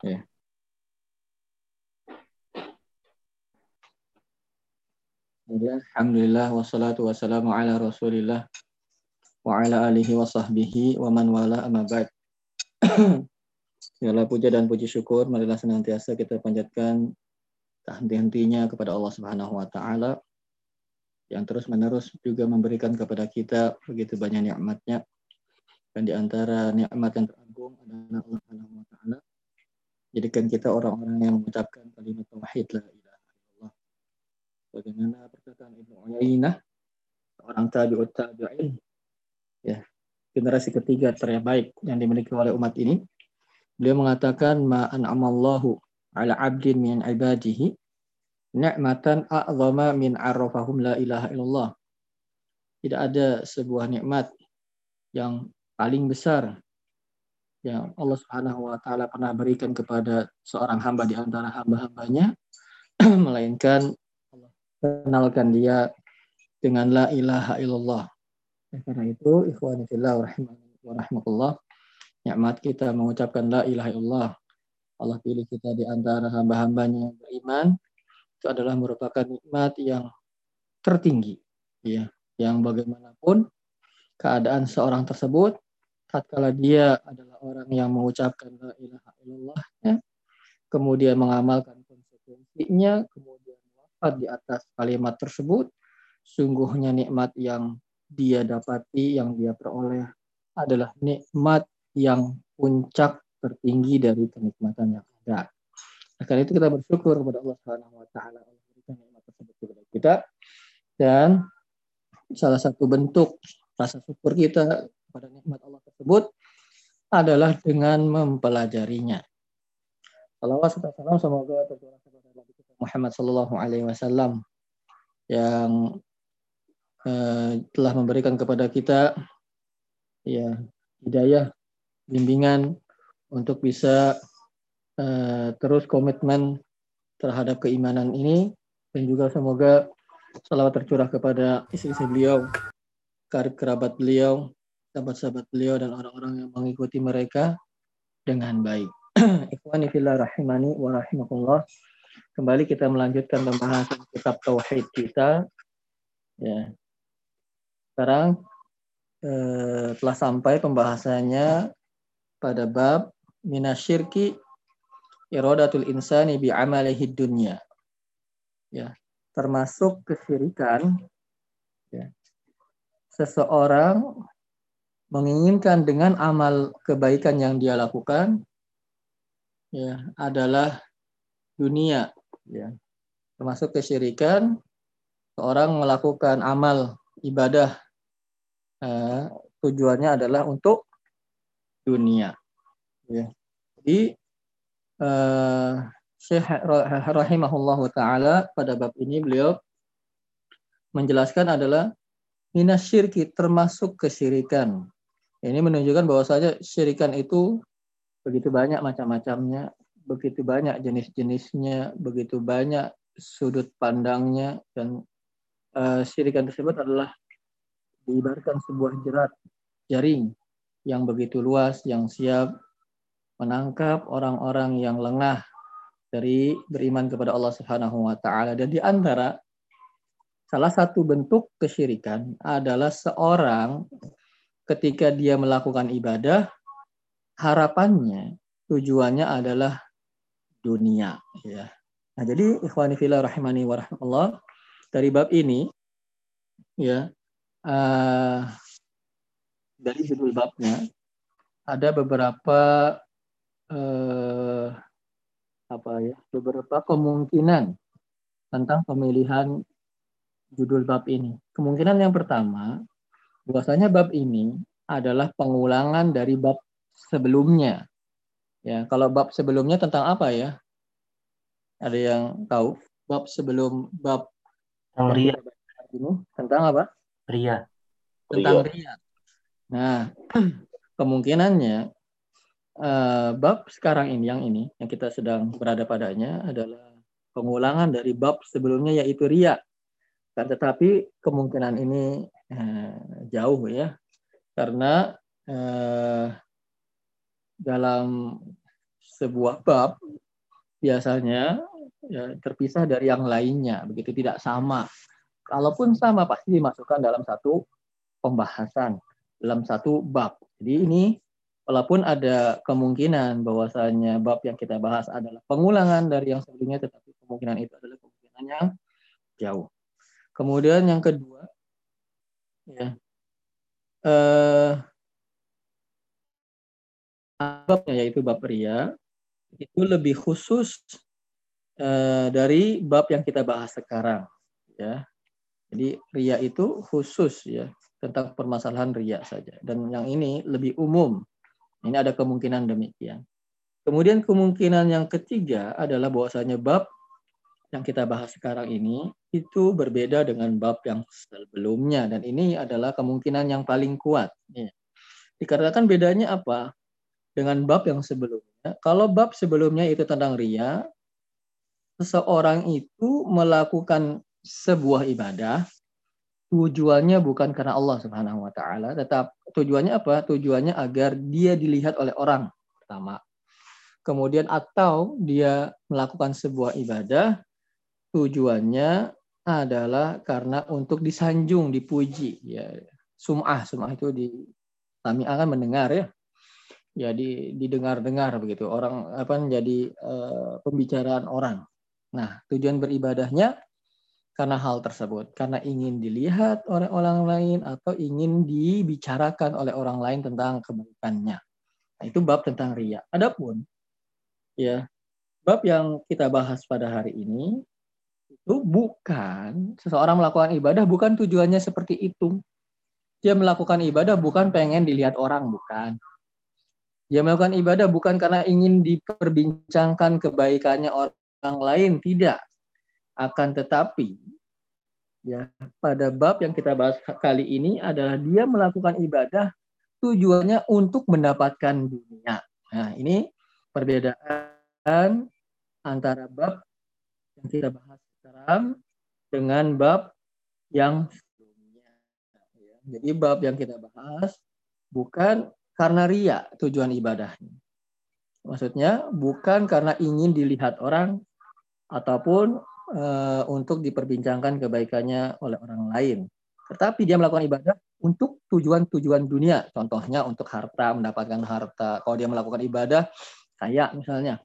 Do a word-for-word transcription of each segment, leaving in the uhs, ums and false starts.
Ya. Alhamdulillah wassalatu wassalamu ala Rasulillah wa ala alihi wa sahbihi wa man wala amma ba'd. Segala puja dan puji syukur marilah senantiasa kita panjatkan tak henti-hentinya kepada Allah Subhanahu wa taala yang terus-menerus juga memberikan kepada kita begitu banyak nikmatnya, dan di antara nikmat yang teragung adalah Allah Subhanahu wa taala jadikan kita orang-orang yang mengucapkan kalimat tauhid la ilaha illallah. Bagaimana perkataan Ibnu Uyainah, orang tabi'ut tabi'in, ya, generasi ketiga terbaik yang dimiliki oleh umat ini. Beliau mengatakan ma an'amallahu ala 'abdin min ibadihi ni'matan a'zama min arrafahum la ilaha illallah. Tidak ada sebuah nikmat yang paling besar yang Allah Subhanahu wa taala pernah berikan kepada seorang hamba di antara hamba-hambanya melainkan Allah kenalkan dia dengan la ilaha illallah. Karena itu ikhwani fillah rahimani wa rahmatullah, nikmat kita mengucapkan la ilaha illallah. Allah pilih kita di antara hamba-hambanya yang beriman, itu adalah merupakan nikmat yang tertinggi, ya, yang bagaimanapun keadaan seorang tersebut tatkala dia adalah orang yang mengucapkan la ilaha illallah, ya, kemudian mengamalkan konsekuensinya, kemudian wafat di atas kalimat tersebut, sungguhnya nikmat yang dia dapati, yang dia peroleh adalah nikmat yang puncak tertinggi dari kenikmatan yang ada. Nah, karena itu kita bersyukur kepada Allah Subhanahu wa taala Allah berikan nikmat tersebut kepada kita, dan salah satu bentuk rasa syukur kita pada nikmat Allah tersebut adalah dengan mempelajarinya. Salawat serta salam semoga tercurah kepada Nabi kita Muhammad sallallahu alaihi wasallam yang eh, telah memberikan kepada kita, ya, hidayah, bimbingan untuk bisa eh, terus komitmen terhadap keimanan ini, dan juga semoga salawat tercurah kepada istri-istri beliau, karib kerabat beliau, sahabat-sahabat beliau, dan orang-orang yang mengikuti mereka dengan baik. Ikhwani fillah rahimani wa rahimakumullah. Kembali kita melanjutkan pembahasan kitab tauhid kita. Ya. Sekarang eh, telah sampai pembahasannya pada bab minasyirki iradatul insani bi amalihi dunya. Ya, termasuk kesyirikan, ya, seseorang menginginkan dengan amal kebaikan yang dia lakukan, ya, adalah dunia, ya. Termasuk kesyirikan seorang melakukan amal ibadah eh, tujuannya adalah untuk dunia, ya. Jadi eh, Syekh rahimahullahu taala pada bab ini beliau menjelaskan adalah minasyirki, termasuk kesyirikan. Ini menunjukkan bahwasanya syirikan itu begitu banyak macam-macamnya, begitu banyak jenis-jenisnya, begitu banyak sudut pandangnya, dan uh, syirikan tersebut adalah diibaratkan sebuah jerat jaring yang begitu luas, yang siap menangkap orang-orang yang lengah dari beriman kepada Allah Subhanahu wa taala. Dan di antara salah satu bentuk kesyirikan adalah seorang ketika dia melakukan ibadah, harapannya, tujuannya adalah dunia, ya. Nah, jadi ikhwani fillah rahimani wa rahmatullah, dari bab ini, ya, uh, dari judul babnya ada beberapa uh, apa ya, beberapa kemungkinan tentang pemilihan judul bab ini. Kemungkinan yang pertama, bahwasanya bab ini adalah pengulangan dari bab sebelumnya. Ya, kalau bab sebelumnya tentang apa ya? Ada yang tahu? Bab sebelum bab Tentang yang ria. kita bahas ini tentang apa? Ria. Tentang ria. Nah, kemungkinannya uh, bab sekarang ini, yang ini, yang kita sedang berada padanya adalah pengulangan dari bab sebelumnya, yaitu ria. Kan, tetapi kemungkinan ini uh, jauh, ya, karena uh, dalam sebuah bab biasanya ya, terpisah dari yang lainnya, begitu tidak sama. Kalaupun sama pasti dimasukkan dalam satu pembahasan, dalam satu bab. Jadi ini walaupun ada kemungkinan bahwasanya bab yang kita bahas adalah pengulangan dari yang sebelumnya, tetapi kemungkinan itu adalah kemungkinan yang jauh. Kemudian yang kedua, ya, eh, babnya yaitu bab ria itu lebih khusus eh, dari bab yang kita bahas sekarang, ya. Jadi ria itu khusus ya tentang permasalahan ria saja, dan yang ini lebih umum. Ini ada kemungkinan demikian. Kemudian kemungkinan yang ketiga adalah bahwasanya bab yang kita bahas sekarang ini itu berbeda dengan bab yang sebelumnya, dan ini adalah kemungkinan yang paling kuat. Ya. Dikarenakan bedanya apa dengan bab yang sebelumnya? Kalau bab sebelumnya itu tentang ria, seseorang itu melakukan sebuah ibadah tujuannya bukan karena Allah Subhanahu wa taala, tetap tujuannya apa? Tujuannya agar dia dilihat oleh orang pertama. Kemudian atau dia melakukan sebuah ibadah tujuannya adalah karena untuk disanjung, dipuji, ya. Sum'ah, sum'ah itu di kami akan mendengar ya. Ya di, didengar-dengar begitu. Orang apa menjadi uh, pembicaraan orang. Nah, tujuan beribadahnya karena hal tersebut, karena ingin dilihat oleh orang lain atau ingin dibicarakan oleh orang lain tentang kebaikannya. Nah, itu bab tentang riya. Adapun ya, bab yang kita bahas pada hari ini itu bukan seseorang melakukan ibadah bukan tujuannya seperti itu. Dia melakukan ibadah bukan pengen dilihat orang, bukan. Dia melakukan ibadah bukan karena ingin diperbincangkan kebaikannya orang lain, tidak. Akan tetapi ya, pada bab yang kita bahas kali ini adalah dia melakukan ibadah tujuannya untuk mendapatkan dunia. Nah, ini perbedaan antara bab yang kita bahas sekarang dengan bab yang sebelumnya. Jadi bab yang kita bahas bukan karena ria tujuan ibadahnya. Maksudnya bukan karena ingin dilihat orang ataupun e, untuk diperbincangkan kebaikannya oleh orang lain. Tetapi dia melakukan ibadah untuk tujuan-tujuan dunia. Contohnya untuk harta, mendapatkan harta. Kalau dia melakukan ibadah, kaya misalnya.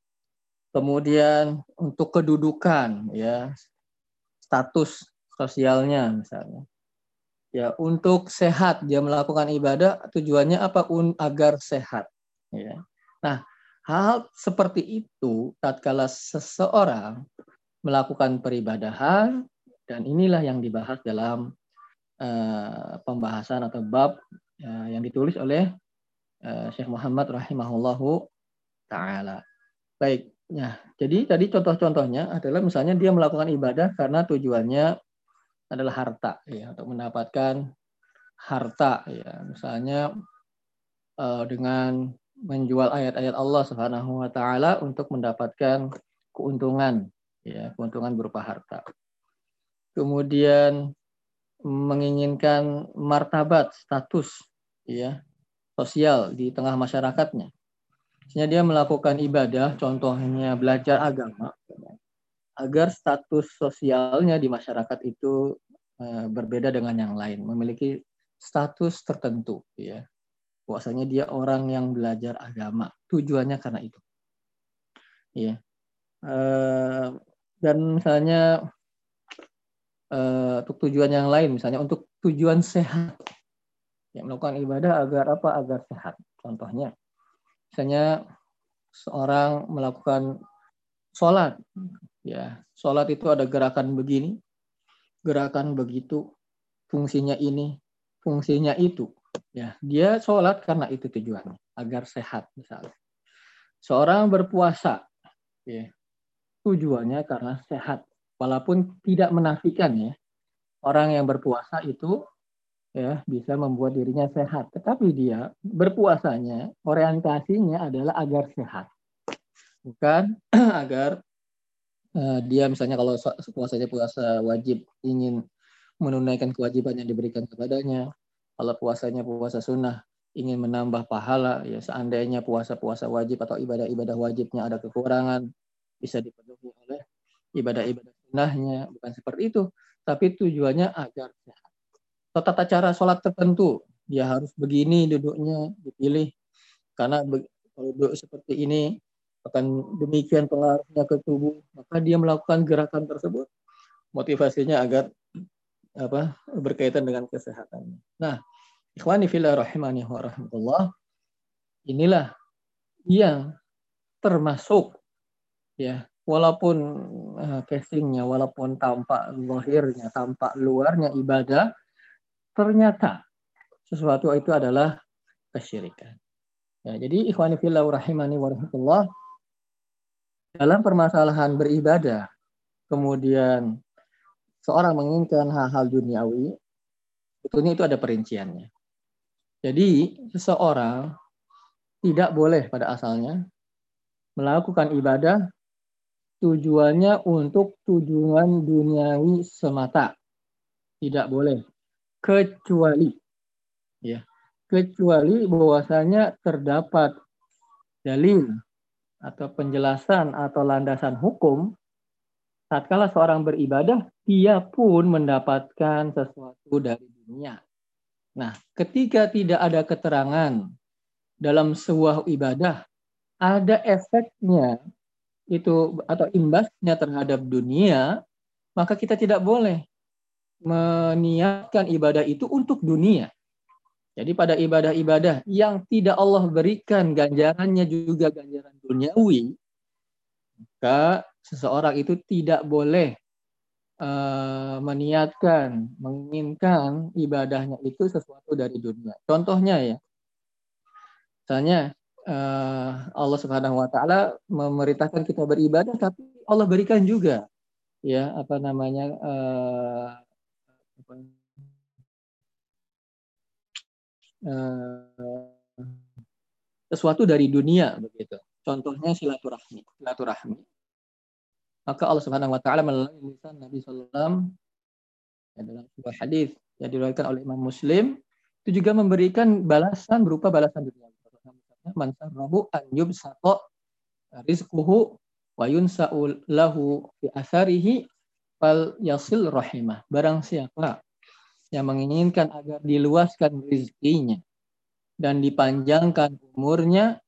Kemudian untuk kedudukan, ya, status sosialnya misalnya. Ya, untuk sehat dia melakukan ibadah tujuannya apa? Un, agar sehat. Ya. Nah, hal seperti itu tatkala seseorang melakukan peribadahan, dan inilah yang dibahas dalam uh, pembahasan atau bab uh, yang ditulis oleh uh, Syekh Muhammad rahimahullahu taala. Baik, ya. Jadi tadi contoh-contohnya adalah misalnya dia melakukan ibadah karena tujuannya adalah harta, ya, untuk mendapatkan harta, ya. Misalnya uh, dengan menjual ayat-ayat Allah Subhanahu wa taala untuk mendapatkan keuntungan, ya, keuntungan berupa harta. Kemudian menginginkan martabat, status, ya, sosial di tengah masyarakatnya. Misalnya dia melakukan ibadah, contohnya belajar agama, agar status sosialnya di masyarakat itu uh, berbeda dengan yang lain, memiliki status tertentu, ya. Bahwasanya dia orang yang belajar agama, tujuannya karena itu, ya. Uh, dan misalnya uh, untuk tujuan yang lain, misalnya untuk tujuan sehat, ya, melakukan ibadah agar apa? Agar sehat. Contohnya, misalnya seorang melakukan sholat, ya, sholat itu ada gerakan begini, gerakan begitu, fungsinya ini, fungsinya itu, ya. Dia sholat karena itu tujuannya, agar sehat misalnya. Seorang berpuasa, ya, tujuannya karena sehat, walaupun tidak menafikan, ya, orang yang berpuasa itu, ya, bisa membuat dirinya sehat, tetapi dia berpuasanya orientasinya adalah agar sehat, bukan agar uh, dia misalnya kalau puasanya puasa wajib ingin menunaikan kewajiban yang diberikan kepadanya. Kalau puasanya puasa sunnah ingin menambah pahala, ya seandainya puasa-puasa wajib atau ibadah-ibadah wajibnya ada kekurangan, bisa dipenuhi oleh ibadah-ibadah sunnahnya, bukan seperti itu. Tapi tujuannya agar sehat. Atau tata cara sholat tertentu, dia harus begini duduknya, dipilih. Karena kalau duduk seperti ini, akan demikian pengaruhnya ke tubuh, maka dia melakukan gerakan tersebut. Motivasinya agar apa berkaitan dengan kesehatannya. Nah, ikhwani fillah rahimani wa rahmatullah, inilah yang termasuk ya, walaupun uh, casingnya, walaupun tampak lahirnya, tampak luarnya ibadah, ternyata sesuatu itu adalah kesyirikan. Ya, jadi ikhwani fillah rahimani wa rahmatullah, dalam permasalahan beribadah, kemudian seorang menginginkan hal-hal duniawi, betulnya itu ada perinciannya. Jadi seseorang tidak boleh pada asalnya melakukan ibadah tujuannya untuk tujuan duniawi semata. Tidak boleh. Kecuali ya, kecuali bahwasanya terdapat dalil atau penjelasan atau landasan hukum tatkala seorang beribadah, dia pun mendapatkan sesuatu dari dunia. Nah, ketika tidak ada keterangan dalam sebuah ibadah, ada efeknya itu atau imbasnya terhadap dunia, maka kita tidak boleh meniatkan ibadah itu untuk dunia. Jadi pada ibadah-ibadah yang tidak Allah berikan ganjarannya juga ganjaran duniawi, maka seseorang itu tidak boleh uh, meniatkan, menginginkan ibadahnya itu sesuatu dari dunia. Contohnya ya, misalnya uh, Allah Subhanahu Wa Taala memerintahkan kita beribadah, tapi Allah berikan juga ya apa namanya uh, apa, uh, sesuatu dari dunia begitu. Contohnya silaturahmi. Silaturahmi. Maka Allah Subhanahu Wa Taala melalui lisan Nabi Sallallahu Alaihi Wasallam dalam sebuah hadis yang diriwayatkan oleh Imam Muslim itu juga memberikan balasan berupa balasan dunia. Man sarrahu an yubsata rizquhu wa yunsa'u lahu fi atharihi fal yasil rahimah. Barang siapa yang menginginkan agar diluaskan rezekinya dan dipanjangkan umurnya,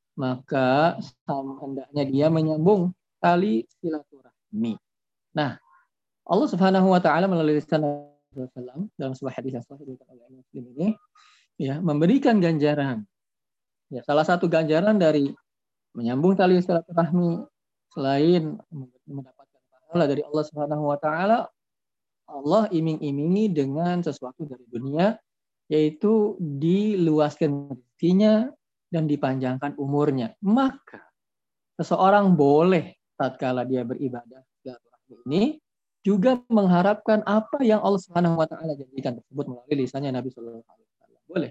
maka hendaknya dia menyambung tali silaturahmi. Nah, Allah Subhanahu Wa Taala melalui lisan Rasulullah dalam sebuah hadis yang sahih oleh Muslim ini, ya memberikan ganjaran. Ya, salah satu ganjaran dari menyambung tali silaturahmi selain mendapatkan pahala dari Allah Subhanahu Wa Taala, Allah iming-imingi dengan sesuatu dari dunia, yaitu diluaskan rezekinya dan dipanjangkan umurnya. Maka seseorang boleh tatkala dia beribadah silaturahmi ini juga mengharapkan apa yang Allah Subhanahu Wa Taala janjikan tersebut melalui lisannya Nabi Sallallahu Alaihi Wasallam. Boleh.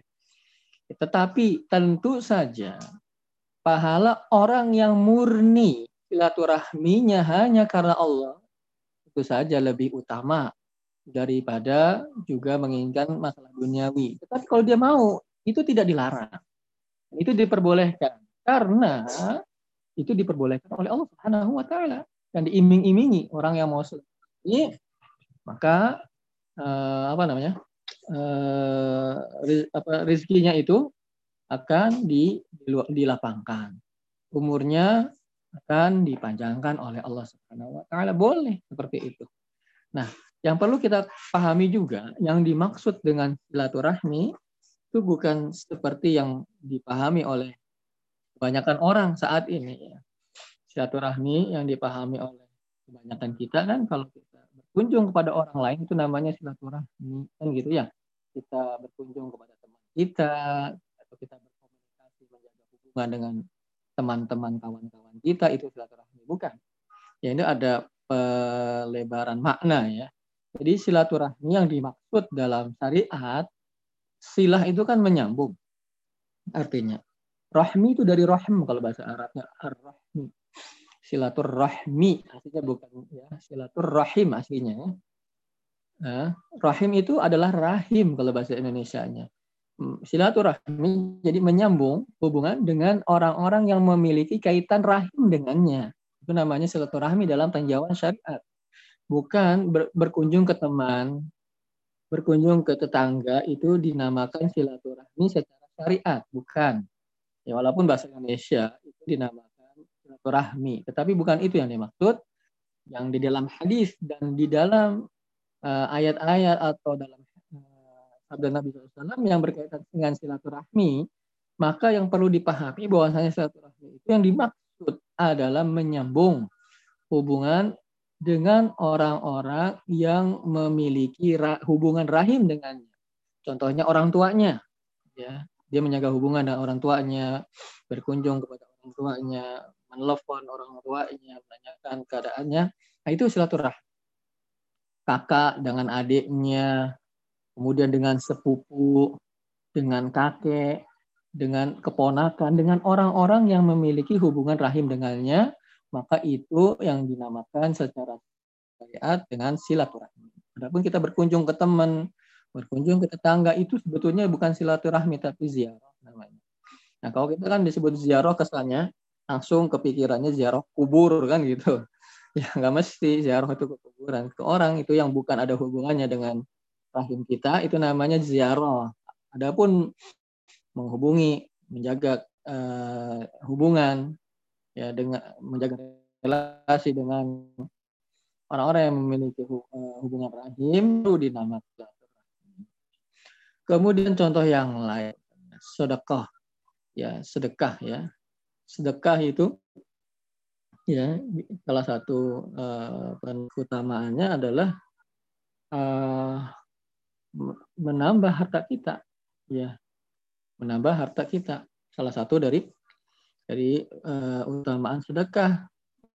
Tetapi tentu saja pahala orang yang murni silaturahminya hanya karena Allah itu saja lebih utama daripada juga menginginkan masalah duniawi. Tetapi kalau dia mau, itu tidak dilarang. Itu diperbolehkan. Karena itu diperbolehkan oleh Allah Subhanahu Wa Taala. Dan diiming-imingi orang yang mau ini, maka eh, apa namanya eh, riz, apa, rizkinya itu akan di, dilapangkan. Umurnya akan dipanjangkan oleh Allah Subhanahu Wa Taala. Boleh seperti itu. Nah, yang perlu kita pahami juga, yang dimaksud dengan silaturahmi itu bukan seperti yang dipahami oleh kebanyakan orang saat ini. Ya. Silaturahmi yang dipahami oleh kebanyakan kita kan kalau kita berkunjung kepada orang lain itu namanya silaturahmi kan gitu ya. Kita berkunjung kepada teman kita atau kita berkomunikasi menjaga hubungan dengan teman-teman kawan-kawan kita itu silaturahmi, bukan. Ya ini ada pelebaran makna ya. Jadi silaturahmi yang dimaksud dalam syariat, silah itu kan menyambung. Artinya rahmi itu dari rahm kalau bahasa Arabnya ar-rahmi. Silaturahmi aslinya bukan ya, silaturrahim aslinya. Nah, rahim itu adalah rahim kalau bahasa Indonesianya. silaturahmi jadi menyambung hubungan dengan orang-orang yang memiliki kaitan rahim dengannya. Itu namanya silaturahmi dalam tinjauan syariat. Bukan ber, berkunjung ke teman, berkunjung ke tetangga itu dinamakan silaturahmi secara syariat, bukan. Ya walaupun bahasa Indonesia itu dinamakan silaturahmi, tetapi bukan itu yang dimaksud. Yang di dalam hadis dan di dalam uh, ayat-ayat atau dalam sabda Nabi shallallahu alaihi wasallam yang berkaitan dengan silaturahmi, maka yang perlu dipahami bahwasanya silaturahmi itu yang dimaksud adalah menyambung hubungan dengan orang-orang yang memiliki ra- hubungan rahim dengannya. Contohnya orang tuanya, ya, dia menjaga hubungan dengan orang tuanya, berkunjung kepada orang tuanya, menelepon orang tuanya, menanyakan keadaannya. Nah, itu silaturahmi. Kakak dengan adiknya, kemudian dengan sepupu, dengan kakek, dengan keponakan, dengan orang-orang yang memiliki hubungan rahim dengannya, maka itu yang dinamakan secara syariat dengan silaturahmi. Adapun kita berkunjung ke teman, berkunjung ke tetangga, itu sebetulnya bukan silaturahmi tapi ziarah namanya. Nah, kalau kita kan disebut ziarah kesannya langsung kepikirannya ziarah kubur kan gitu. Ya nggak mesti ziarah itu ke kuburan, ke orang itu yang bukan ada hubungannya dengan rahim kita itu namanya ziarah. Adapun menghubungi, menjaga uh, hubungan ya dengan menjaga relasi dengan orang-orang yang memiliki uh, hubungan rahim itu dinamakan. Kemudian contoh yang lain, sedekah. Ya, sedekah ya. Sedekah itu ya salah satu uh, keutamaannya adalah uh, menambah harta kita, ya, menambah harta kita. Salah satu dari dari uh, utamaan sedekah.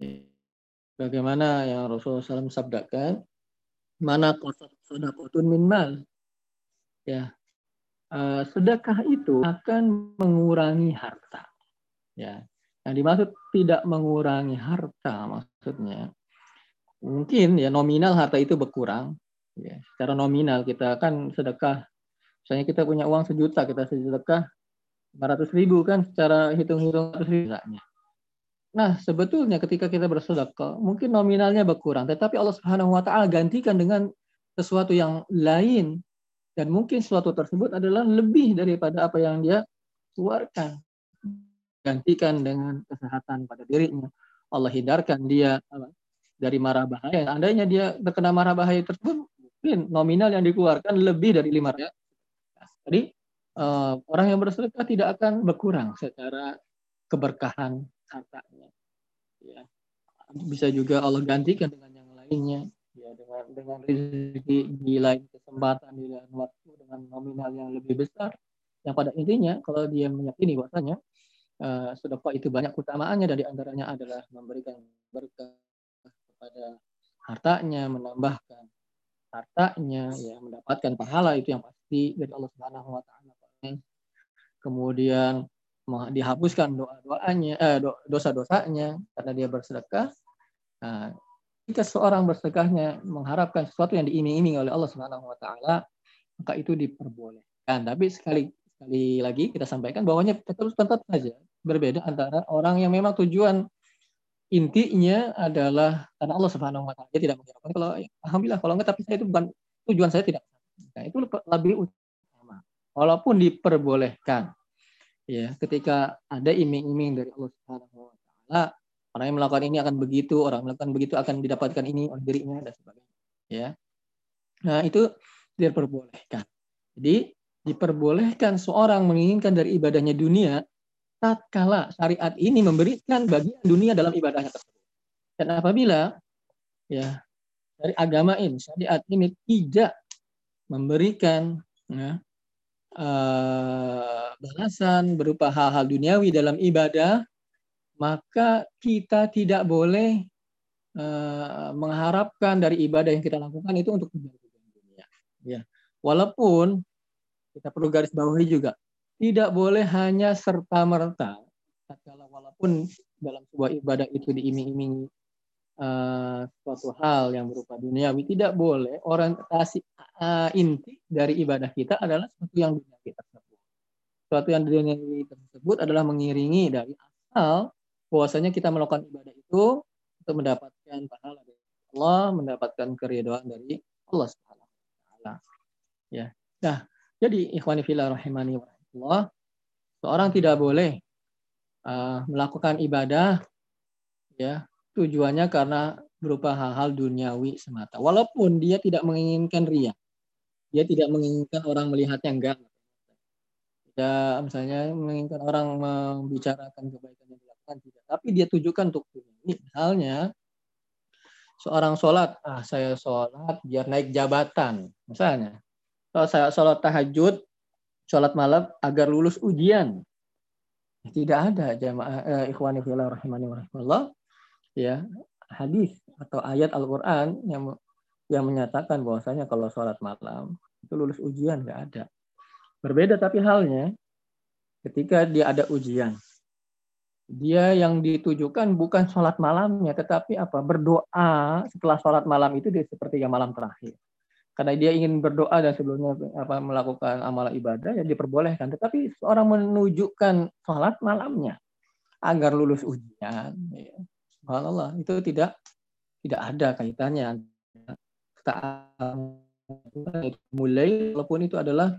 Bagaimana yang Rasulullah shallallahu alaihi wasallam sabdakan, mana qasat sadaqatun min mal. Ya, uh, sedekah itu akan mengurangi harta. Ya, yang dimaksud tidak mengurangi harta maksudnya mungkin ya nominal harta itu berkurang. Ya, secara nominal kita kan sedekah. Misalnya kita punya uang sejuta, kita sedekah lima ratus ribu kan secara hitung-hitung ribunya. Nah, sebetulnya ketika kita bersedekah, mungkin nominalnya berkurang, tetapi Allah Subhanahu wa taala gantikan dengan sesuatu yang lain dan mungkin sesuatu tersebut adalah lebih daripada apa yang dia keluarkan. Gantikan dengan kesehatan pada dirinya. Allah hindarkan dia dari mara bahaya. Andainya dia terkena mara bahaya tersebut, mungkin nominal yang dikeluarkan lebih dari lima ratus. Jadi uh, orang yang bersedekah tidak akan berkurang secara keberkahan hartanya. Ya. Bisa juga Allah gantikan dengan yang lainnya, ya, dengan dengan rezeki di lain kesempatan, di lain waktu, dengan nominal yang lebih besar. Yang pada intinya, kalau dia meyakini bahwasanya uh, sedekah itu banyak keutamaannya, dan di antaranya adalah memberikan berkah kepada hartanya, menambahkan hartanya, ya, mendapatkan pahala itu yang pasti dari Allah Subhanahu wa taala. Kemudian dihapuskan doa-doanya, eh, dosa-dosanya karena dia bersedekah. Nah, jika seorang bersedekahnya mengharapkan sesuatu yang diiming-imingi oleh Allah Subhanahu wa taala, maka itu diperbolehkan. Tapi sekali sekali lagi kita sampaikan bahwanya terus tetap saja berbeda antara orang yang memang tujuan intinya adalah karena Allah Subhanahu wa taala, dia tidak mengharapkan kalau alhamdulillah kalau enggak tapi saya itu bukan tujuan saya tidak. Nah, itu lebih utama. Walaupun diperbolehkan. Ya, ketika ada iming-iming dari Allah Subhanahu wa taala, orang yang melakukan ini akan begitu, orang melakukan begitu akan didapatkan ini oleh dirinya dan sebagainya. Ya. Nah, itu diperbolehkan. Jadi, diperbolehkan seorang menginginkan dari ibadahnya dunia tatkala syariat ini memberikan bagian dunia dalam ibadahnya tersebut. Dan apabila ya dari agama ini, syariat ini tidak memberikan ya, uh, balasan berupa hal-hal duniawi dalam ibadah, maka kita tidak boleh uh, mengharapkan dari ibadah yang kita lakukan itu untuk tujuan dunia. Ya, walaupun kita perlu garis bawahi juga, tidak boleh hanya serta-merta, walaupun dalam sebuah ibadah itu diiming-imingi uh, suatu hal yang berupa duniawi, tidak boleh orientasi uh, inti dari ibadah kita adalah sesuatu yang duniawi tersebut. Sesuatu yang duniawi tersebut adalah mengiringi dari asal bahwasanya kita melakukan ibadah itu untuk mendapatkan pahala dari Allah, mendapatkan keridhaan dari Allah Subhanahu wa taala. Ya. Nah, jadi ikhwani fillah rahimani wa rahmatullah, seorang tidak boleh uh, melakukan ibadah ya tujuannya karena berupa hal-hal duniawi semata. Walaupun dia tidak menginginkan riya, dia tidak menginginkan orang melihatnya, enggak. Tidak misalnya menginginkan orang membicarakan kebaikan yang dilakukan, tidak. Tapi dia tujukan untuk duniawi. Misalnya seorang sholat, ah saya sholat biar naik jabatan, misalnya. Kalau saya sholat tahajud, sholat malam agar lulus ujian. Tidak ada jamaah eh, ikhwani fillah rahimani wa rahmatullah ya hadis atau ayat Al-Qur'an yang yang menyatakan bahwasanya kalau sholat malam itu lulus ujian, nggak ada. Berbeda tapi halnya ketika dia ada ujian. Dia yang ditujukan bukan sholat malamnya, tetapi apa? Berdoa setelah sholat malam itu di sepertiga malam terakhir. Karena dia ingin berdoa dan sebelumnya apa melakukan amal ibadah, ya diperbolehkan. Tetapi seorang menunjukkan sholat malamnya agar lulus ujian, ya. Subhanallah, itu tidak tidak ada kaitannya. Mulai, walaupun itu adalah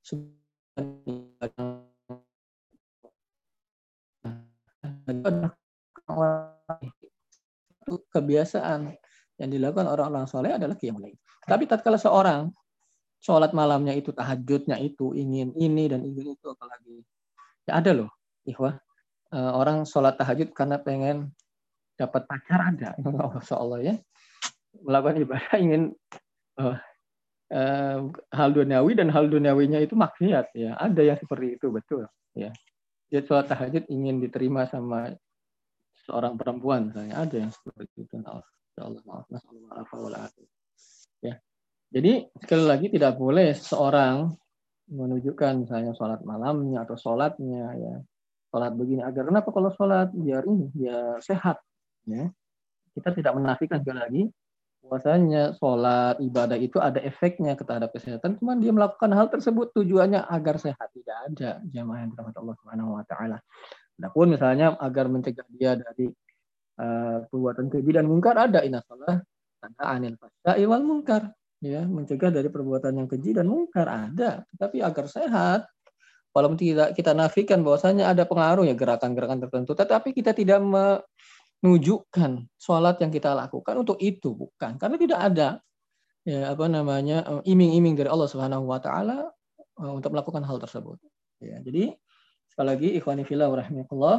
kebiasaan yang dilakukan orang-orang soleh adalah qiyamul lail. Tapi tatkala seorang sholat malamnya itu, tahajudnya itu ingin ini dan ingin itu, apalagi ya ada loh, ikhwah, orang sholat tahajud karena pengen dapat pacar, ada, masya Allah ya, melakukan ibadah ingin uh, uh, hal duniawi dan hal duniawinya itu maksiat, ya ada yang seperti itu, betul ya. Dia sholat tahajud ingin diterima sama seorang perempuan, misalnya, ada yang seperti itu. Allah maaf, maaf, maaf, ya. Jadi sekali lagi tidak boleh seorang menunjukkan misalnya sholat malamnya atau sholatnya ya sholat begini agar kenapa kalau sholat biar ini biar sehat ya. Kita tidak menafikan sekali lagi bahwasanya sholat ibadah itu ada efeknya terhadap kesehatan, cuman dia melakukan hal tersebut tujuannya agar sehat, tidak ada jamaah yang dirahmati Allah Subhanahu wa taala. Adapun misalnya agar mencegah dia dari uh, perbuatan keji dan mungkar, ada inna shalah tanha anil fahsya'i wal munkar, ya mencegah dari perbuatan yang keji dan mungkar ada, tapi agar sehat. Walaupun tidak kita nafikan bahwasanya ada pengaruh ya gerakan-gerakan tertentu, tetapi kita tidak menunjukkan sholat yang kita lakukan untuk itu, bukan, karena tidak ada ya apa namanya iming-iming dari Allah Subhanahu wa taala untuk melakukan hal tersebut. Ya, jadi sekali lagi ikhwani fillah wa rahmatullah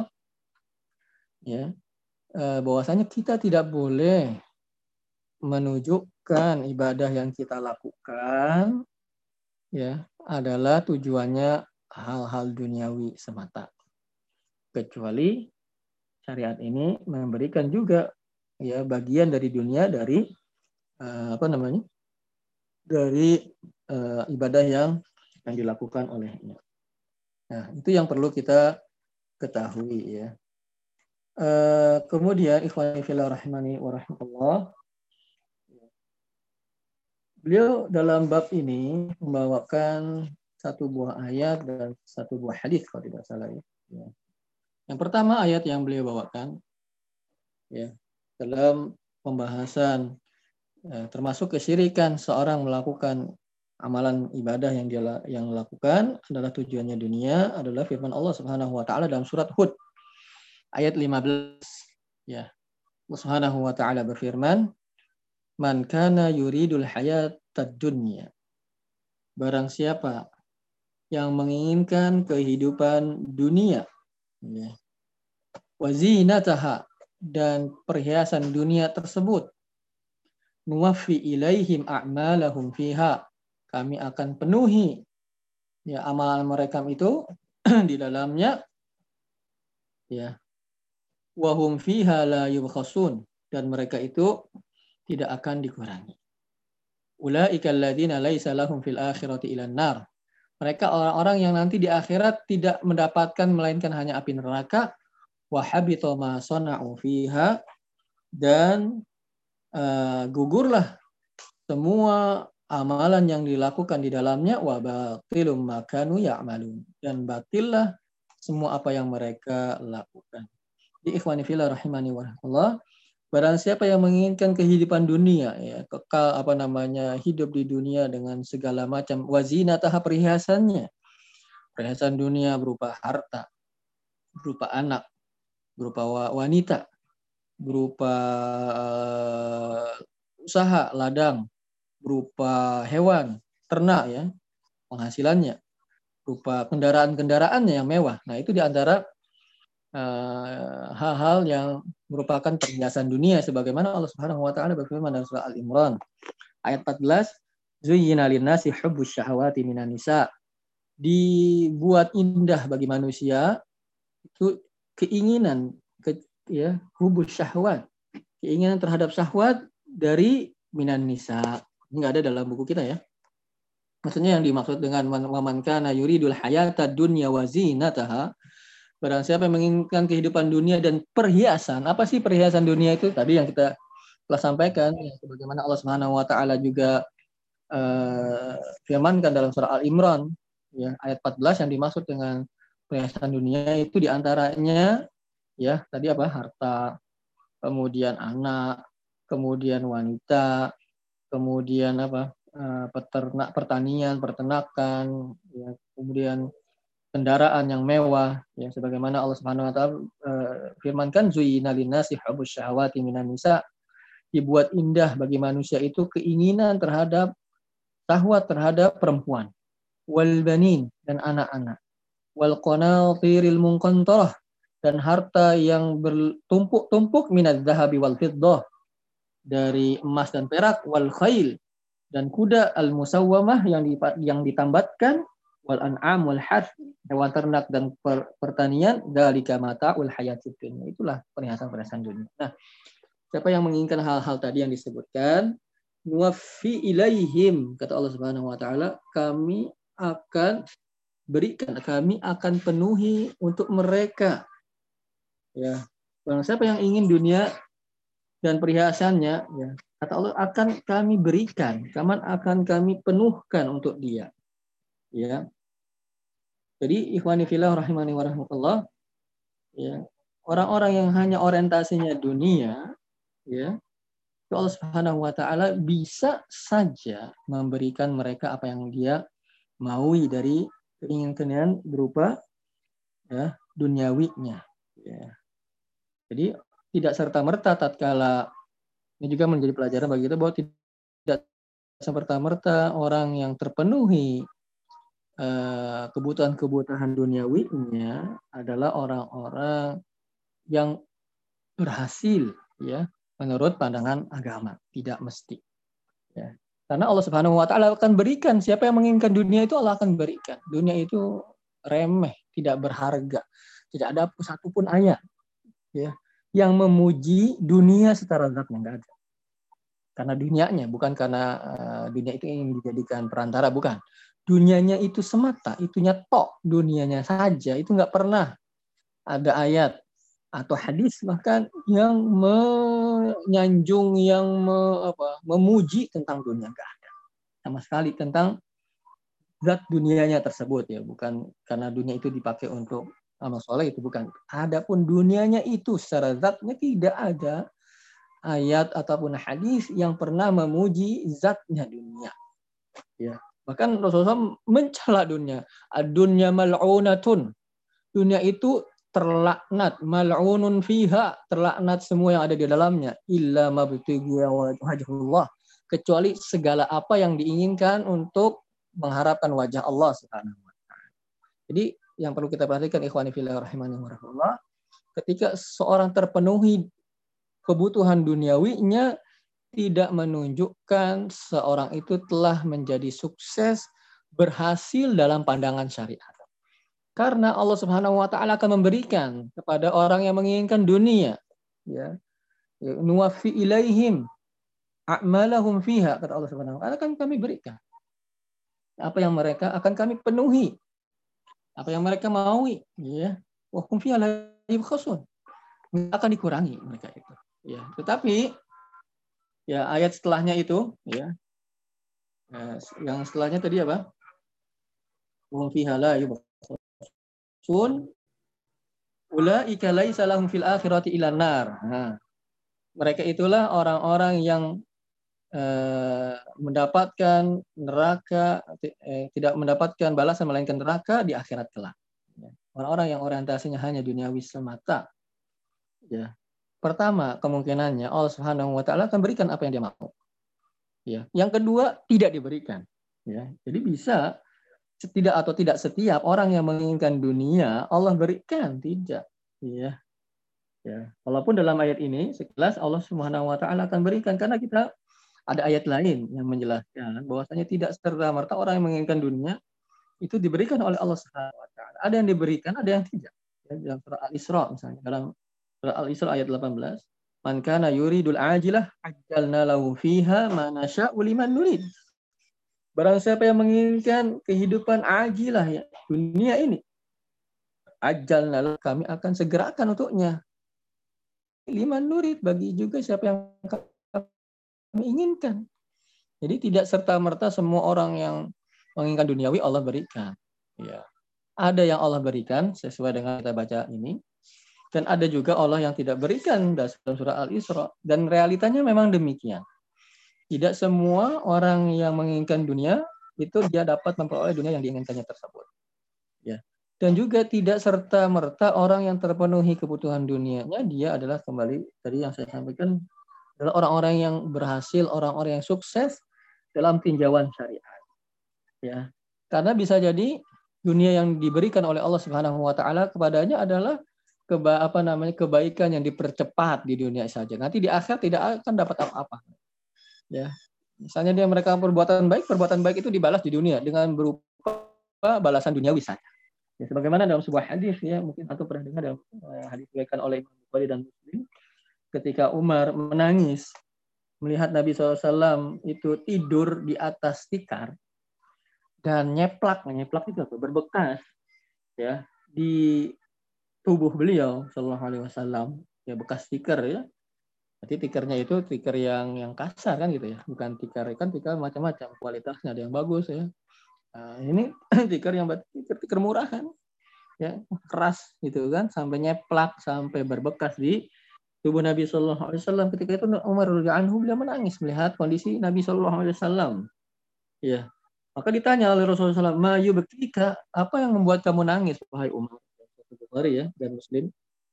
ya, bahwasanya kita tidak boleh menunjukkan ibadah yang kita lakukan ya adalah tujuannya hal-hal duniawi semata, kecuali syariat ini memberikan juga ya bagian dari dunia dari uh, apa namanya dari uh, ibadah yang yang dilakukan olehnya. Nah, itu yang perlu kita ketahui ya. Uh, kemudian ikhwani fillah rahimani wa rahmatullah, beliau dalam bab ini membawakan satu buah ayat dan satu buah hadis kalau tidak salah ya. Yang pertama ayat yang beliau bawakan ya dalam pembahasan ya, termasuk kesyirikan seorang melakukan amalan ibadah yang dia yang lakukan adalah tujuannya dunia, adalah firman Allah Subhanahu wa taala dalam surat Hud ayat lima belas ya. Allah Subhanahu wa taala berfirman, "Man kana yuridul hayatad dunya." Barang siapa yang menginginkan kehidupan dunia ya. Wa zinataha, dan perhiasan dunia tersebut, nuwaffi ilaihim a'malahum fiha, kami akan penuhi ya amalan mereka itu di dalamnya ya, wa hum fiha la yubkhasun, dan mereka itu tidak akan dikurangi. Ulaika alladziina laisa lahum fil akhirati ilan nar, mereka orang-orang yang nanti di akhirat tidak mendapatkan melainkan hanya api neraka, wa habita ma sana'u fiha, dan uh, gugurlah semua amalan yang dilakukan di dalamnya wa batilum ma kanu ya'malun, dan batillah semua apa yang mereka lakukan. Di ikhwani fillah rahimani wa rahmatullah, barang siapa yang menginginkan kehidupan dunia, ya, kekal apa namanya hidup di dunia dengan segala macam wazinatah perhiasannya, perhiasan dunia berupa harta, berupa anak, berupa wanita, berupa uh, usaha ladang, berupa hewan ternak ya penghasilannya, berupa kendaraan-kendaraannya yang mewah. Nah itu diantara uh, hal-hal yang merupakan perhiasan dunia, sebagaimana Allah Subhanahu Wa Taala berfirman dalam surah Al-Imran ayat empat belas, Zuyyina linnasi hubbus syahawati minan nisa. Dibuat indah bagi manusia itu keinginan ke, ya hubus syahwat, keinginan terhadap syahwat dari minan nisa. Ini nggak ada dalam buku kita ya. Maksudnya yang dimaksud dengan waman kana yuridul hayata dunya wa zinataha, barang siapa yang menginginkan kehidupan dunia dan perhiasan. Apa sih perhiasan dunia itu? Tadi yang kita telah sampaikan, ya, sebagaimana Allah Subhanahu Wa Taala juga uh, firmankan dalam surah Al-Imran ya ayat empat belas, yang dimaksud dengan perhiasan dunia itu diantaranya ya tadi apa, harta, kemudian anak, kemudian wanita, kemudian apa, peternak, pertanian, peternakan, ya, kemudian kendaraan yang mewah, ya sebagaimana Allah Subhanahu Wa Taala uh, firmankan zuyyina linnasi hubbus syahawati minan nisa, dibuat indah bagi manusia itu keinginan terhadap syahwat terhadap perempuan, wal banin, dan anak-anak, wal qanatiril munqantarah, dan harta yang bertumpuk-tumpuk minadz zahabi wal fiddah, dari emas dan perak, wal khail, dan kuda, al musawwamah, yang yang ditambatkan, wal an'am wal harth, hewan ternak dan per, pertanian, dzalika mata'ul hayatid dunya, itulah perhiasan-perhiasan dunia. Nah, siapa yang menginginkan hal-hal tadi yang disebutkan, nuwaffi ilaihim, kata Allah Subhanahu Wa Taala, kami akan berikan, kami akan penuhi untuk mereka. Ya, barang siapa yang ingin dunia dan perhiasannya, ya, kata Allah, akan kami berikan, kami akan kami penuhkan untuk dia. Ya. Jadi ikhwani fillah rahimani wa rahmatullah, ya, orang-orang yang hanya orientasinya dunia, ya, Allah Subhanahu Wa Taala bisa saja memberikan mereka apa yang dia maui dari keinginan berupa ya duniawinya. Ya. Jadi tidak serta-merta tatkala, ini juga menjadi pelajaran bagi kita bahwa tidak serta-merta orang yang terpenuhi uh, kebutuhan-kebutuhan duniawinya adalah orang-orang yang berhasil, ya, menurut pandangan agama. Tidak mesti. Ya. Karena Allah Subhanahu Wa Taala akan berikan, siapa yang menginginkan dunia itu Allah akan berikan. Dunia itu remeh, tidak berharga. Tidak ada satupun ayat, ya, yang memuji dunia secara zatnya, nggak ada. Karena dunianya, bukan karena uh, dunia itu ingin dijadikan perantara, bukan. Dunianya itu semata, itunya tok, dunianya saja, itu nggak pernah ada ayat atau hadis bahkan yang menyanjung, yang me, apa, memuji tentang dunia, nggak ada sama sekali tentang zat dunianya tersebut, ya, bukan karena dunia itu dipakai untuk amal soleh, itu bukan. Adapun dunianya itu secara zatnya tidak ada ayat ataupun hadis yang pernah memuji zatnya dunia. Ya, bahkan Rasulullah mencela dunia. Ad-dunya mal'unatun. Dunia itu terlaknat, mal'unun fiha, terlaknat semua yang ada di dalamnya, illa mabtighiya wajhullah, kecuali segala apa yang diinginkan untuk mengharapkan wajah Allah Subhanahu wa taala. Jadi yang perlu kita perhatikan ikhwani fillah rahimani wa rahmatullah, ketika seorang terpenuhi kebutuhan duniawinya, tidak menunjukkan seorang itu telah menjadi sukses, berhasil dalam pandangan syariat. Karena Allah Subhanahu Wa Taala akan memberikan kepada orang yang menginginkan dunia, ya, nuwaffi ilaihim a'malahum fiha, kata Allah Subhanahu Wa Taala, akan kami berikan apa yang mereka akan kami penuhi, apa yang mereka maui, ya, wa hum fiha la yubkhasun, akan dikurangi mereka itu, ya. Tetapi ya ayat setelahnya itu, ya, Nah, yang setelahnya tadi apa? Wa fiha la yubqasun ulaika laisa lahum fil akhirati ilan nar. Nah, mereka itulah orang-orang yang eh, mendapatkan neraka, eh, tidak mendapatkan balasan melainkan neraka di akhirat kelak. Orang-orang yang orientasinya hanya duniawi semata. Ya. Pertama, kemungkinannya Allah Subhanahu wa taala akan berikan apa yang dia mau. Ya. Yang kedua, tidak diberikan. Ya. Jadi bisa tidak atau tidak setiap orang yang menginginkan dunia Allah berikan, tidak. Ya. Ya. Walaupun dalam ayat ini sekilas Allah Subhanahu wa taala akan berikan karena kita ada ayat lain yang menjelaskan bahwasanya tidak serta-merta orang yang menginginkan dunia itu diberikan oleh Allah Subhanahu wa taala. Ada yang diberikan, ada yang tidak. Ya, dalam surah Al-Isra misalnya, dalam surah Al-Isra ayat delapan belas, "Man kana yuridul ajilah ajjalna lahu fiha ma nasya'u liman nurid." Barang siapa yang menginginkan kehidupan ajilah ya, dunia ini, ajjalna lahu, kami akan segerakan untuknya. Liman nurid, bagi juga siapa yang kami inginkan. Jadi tidak serta-merta semua orang yang menginginkan duniawi Allah berikan. Ya. Ada yang Allah berikan sesuai dengan kita baca ini, dan ada juga Allah yang tidak berikan dalam surah Al-Isra. Dan realitanya memang demikian. Tidak semua orang yang menginginkan dunia itu dia dapat memperoleh dunia yang diinginkannya tersebut. Ya. Dan juga tidak serta merta orang yang terpenuhi kebutuhan dunianya dia adalah kembali tadi yang saya sampaikan adalah orang-orang yang berhasil, orang-orang yang sukses dalam tinjauan syariat. Ya. Karena bisa jadi dunia yang diberikan oleh Allah Subhanahu wa taala kepadanya adalah keba, apa namanya kebaikan yang dipercepat di dunia saja. Nanti di akhir tidak akan dapat apa-apa. Ya. Misalnya dia mereka perbuatan baik, perbuatan baik itu dibalas di dunia dengan berupa balasan duniawi saja. Ya, sebagaimana dalam sebuah hadis ya, mungkin atau pernah dengar dalam hadis diriwayatkan oleh Imam Bukhari dan Muslim ketika Umar menangis melihat Nabi shallallahu alaihi wasallam itu tidur di atas tikar dan nyeplak, nyeplak itu apa? Berbekas ya di tubuh beliau Shallallahu Alaihi Wasallam, ya bekas tikar ya. Jadi tikernya itu tiker yang yang kasar kan gitu ya, bukan tikar kan tikar macam-macam kualitasnya, ada yang bagus ya. Nah, ini tikar yang tikar tikar murahan ya, keras gitu kan, sampai nyeplak, sampai berbekas di tubuh Nabi Shallallahu Alaihi Wasallam. Ketika itu Umar radhiyallahu anhu beliau menangis melihat kondisi Nabi Shallallahu Alaihi Wasallam. Ya, maka ditanya oleh Rasulullah shallallahu alaihi wasallam, "Ma yubkika, apa yang membuat kamu nangis wahai Umar?" Bukhari ya dan Muslim.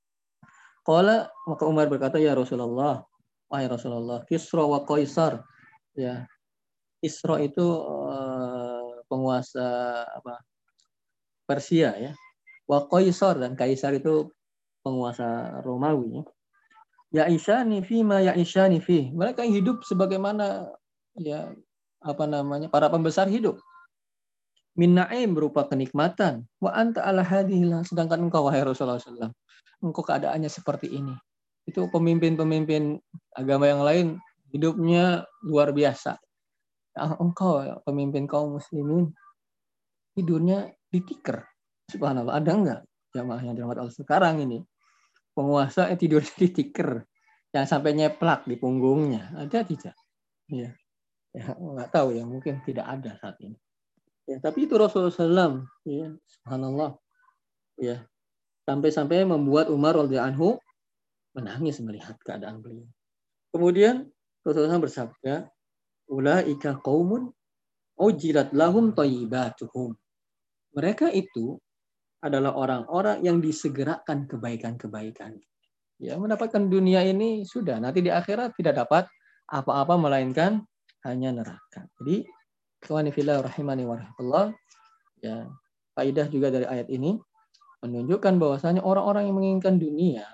Qala, maka Umar berkata, "Ya Rasulullah, wahai Rasulullah, Kisra wa Qaisar." Ya, Kisra itu uh, penguasa apa? Persia ya. Wa Qaisar, dan Kaisar itu penguasa Romawi ya. Ya isyani fi ma ya isyani fi. Mereka hidup sebagaimana ya apa namanya? Para pembesar hidup. Min na'im berupa kenikmatan. Wa anta ala hadhihi, sedangkan engkau wahai Rasulullah shallallahu alaihi wasallam, engkau keadaannya seperti ini. Itu pemimpin-pemimpin agama yang lain hidupnya luar biasa. Engkau pemimpin kaum muslimin tidurnya di tikar. Subhanallah, ada enggak jamaah yang dirahmati Allah sekarang ini? Penguasa yang tidur di tikar yang sampai nyeplak di punggungnya. Ada tidak? Ya, ya enggak tahu ya, mungkin tidak ada saat ini. Ya, tapi itu Rasulullah shallallahu alaihi wasallam, ya, subhanallah, ya, sampai-sampai membuat Umar radhiyallahu anhu menangis melihat keadaan beliau. Kemudian Rasulullah bersabda, "Ulaika qaumun ujilat lahum thayyibatuhum." Mereka itu adalah orang-orang yang disegerakan kebaikan-kebaikan. Ya, mendapatkan dunia ini sudah, nanti di akhirat tidak dapat apa-apa melainkan hanya neraka. Jadi ikhwani fillah rahimani wa rahmatullah, ya, faidah juga dari ayat ini menunjukkan bahwasanya orang-orang yang menginginkan dunia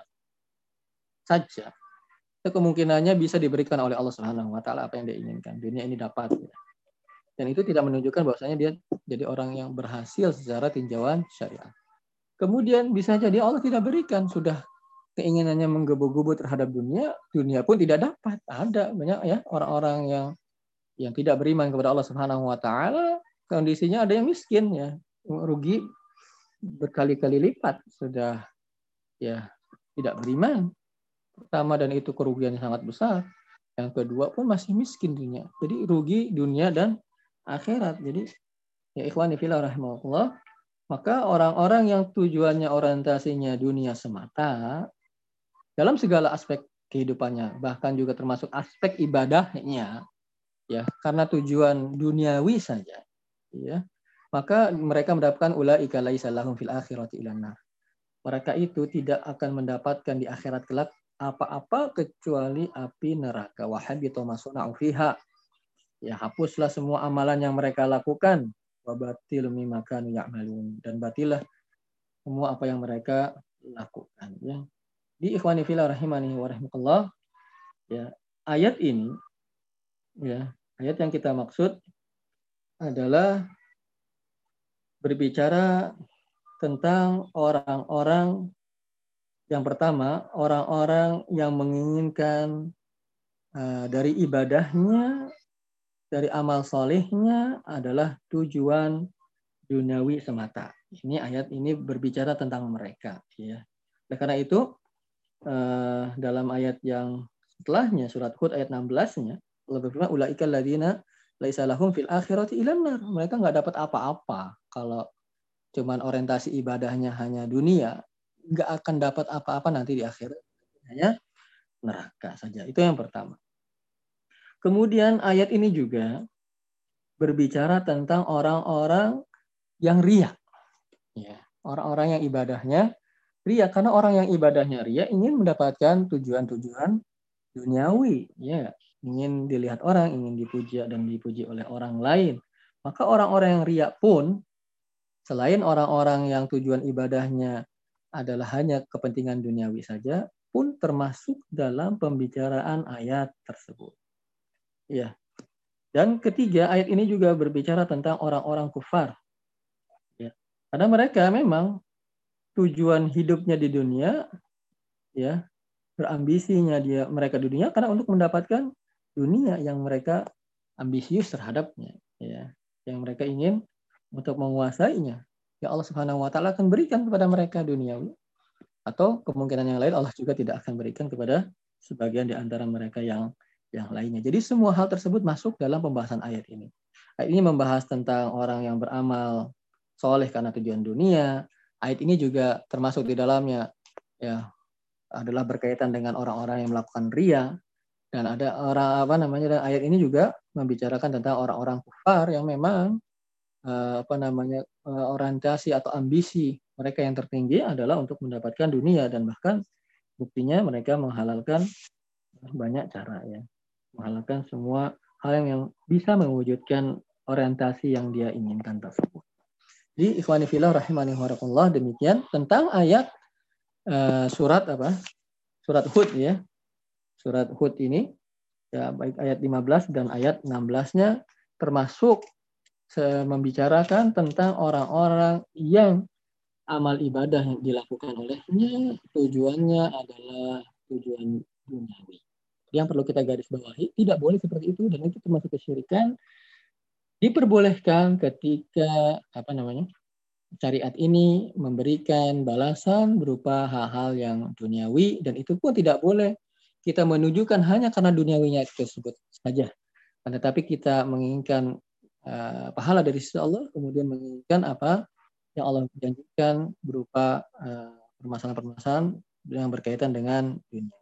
saja itu kemungkinannya bisa diberikan oleh Allah Subhanahu wa taala apa yang dia inginkan. Dunia ini dapat. Ya. Dan itu tidak menunjukkan bahwasanya dia jadi orang yang berhasil secara tinjauan syariat. Kemudian bisa jadi Allah tidak berikan, sudah keinginannya menggebu-gebu terhadap dunia, dunia pun tidak dapat. Ada banyak ya orang-orang yang yang tidak beriman kepada Allah Subhanahu wa taala, kondisinya ada yang miskin ya, rugi berkali-kali lipat, sudah ya tidak beriman. Pertama, dan itu kerugiannya sangat besar. Yang kedua pun masih miskin dunia. Jadi rugi dunia dan akhirat. Jadi ya ikhwani fillah rahimakumullah, maka orang-orang yang tujuannya orientasinya dunia semata dalam segala aspek kehidupannya, bahkan juga termasuk aspek ibadahnya, ya karena tujuan duniawi saja, ya maka mereka mendapatkan ulaika laisa lahum fil akhirati ilannar. Mereka itu tidak akan mendapatkan di akhirat kelak apa-apa kecuali api neraka. Wahabita ma suna'u fiha. Ya hapuslah semua amalan yang mereka lakukan. Wa batil mimma kanu ya'malun. Dan batilah semua apa yang mereka lakukan. Ya. Di ikhwani fillah rahimani wa rahimakumullah, ya ayat ini, ya ayat yang kita maksud adalah berbicara tentang orang-orang yang pertama, orang-orang yang menginginkan uh, dari ibadahnya, dari amal solehnya adalah tujuan duniawi semata. Ini ayat ini berbicara tentang mereka. Ya. Oleh karena itu, uh, dalam ayat yang setelahnya, surat Hud ayat enam belas-nya, Allah berfirman, ulaika alladzina laisa lahum fil akhirati ilan nar. Mereka nggak dapat apa-apa kalau cuman orientasi ibadahnya hanya dunia, nggak akan dapat apa-apa nanti di akhirat, hanya neraka saja. Itu yang pertama. Kemudian ayat ini juga berbicara tentang orang-orang yang riya, ya, orang-orang yang ibadahnya riya, karena orang yang ibadahnya riya ingin mendapatkan tujuan-tujuan duniawi, ya, ingin dilihat orang, ingin dipuji dan dipuji oleh orang lain. Maka orang-orang yang riya pun, selain orang-orang yang tujuan ibadahnya adalah hanya kepentingan duniawi saja, pun termasuk dalam pembicaraan ayat tersebut. Ya. Dan ketiga, ayat ini juga berbicara tentang orang-orang kufar. Ya. Karena mereka memang tujuan hidupnya di dunia, ya, berambisinya dia mereka di dunia karena untuk mendapatkan dunia yang mereka ambisius terhadapnya, ya, yang mereka ingin untuk menguasainya. Ya Allah Subhanahu wa taala akan berikan kepada mereka duniawi, atau kemungkinan yang lain Allah juga tidak akan berikan kepada sebagian di antara mereka yang yang lainnya. Jadi semua hal tersebut masuk dalam pembahasan ayat ini. Ayat ini membahas tentang orang yang beramal soleh karena tujuan dunia. Ayat ini juga termasuk di dalamnya, ya, adalah berkaitan dengan orang-orang yang melakukan riya. Dan ada orang apa namanya, dan ayat ini juga membicarakan tentang orang-orang kufar yang memang uh, apa namanya uh, orientasi atau ambisi mereka yang tertinggi adalah untuk mendapatkan dunia, dan bahkan buktinya mereka menghalalkan banyak cara, ya, menghalalkan semua hal yang, yang bisa mewujudkan orientasi yang dia inginkan tersebut. Jadi ikhwani fillah rahimani wa rahimakumullah, demikian tentang ayat uh, surat apa? Surat Hud, ya. Surat Hud ini, ya, baik ayat lima belas dan ayat enam belas-nya termasuk membicarakan tentang orang-orang yang amal ibadah yang dilakukan olehnya tujuannya adalah tujuan duniawi. Yang perlu kita garis bawahi, tidak boleh seperti itu, dan itu termasuk kesyirikan. Diperbolehkan ketika apa namanya? Syariat ini memberikan balasan berupa hal-hal yang duniawi, dan itu pun tidak boleh kita menunjukkan hanya karena duniawinya tersebut saja. Tetapi kita menginginkan uh, pahala dari sisi Allah, kemudian menginginkan apa yang Allah janjikan berupa uh, permasalahan-permasalahan yang berkaitan dengan dunia.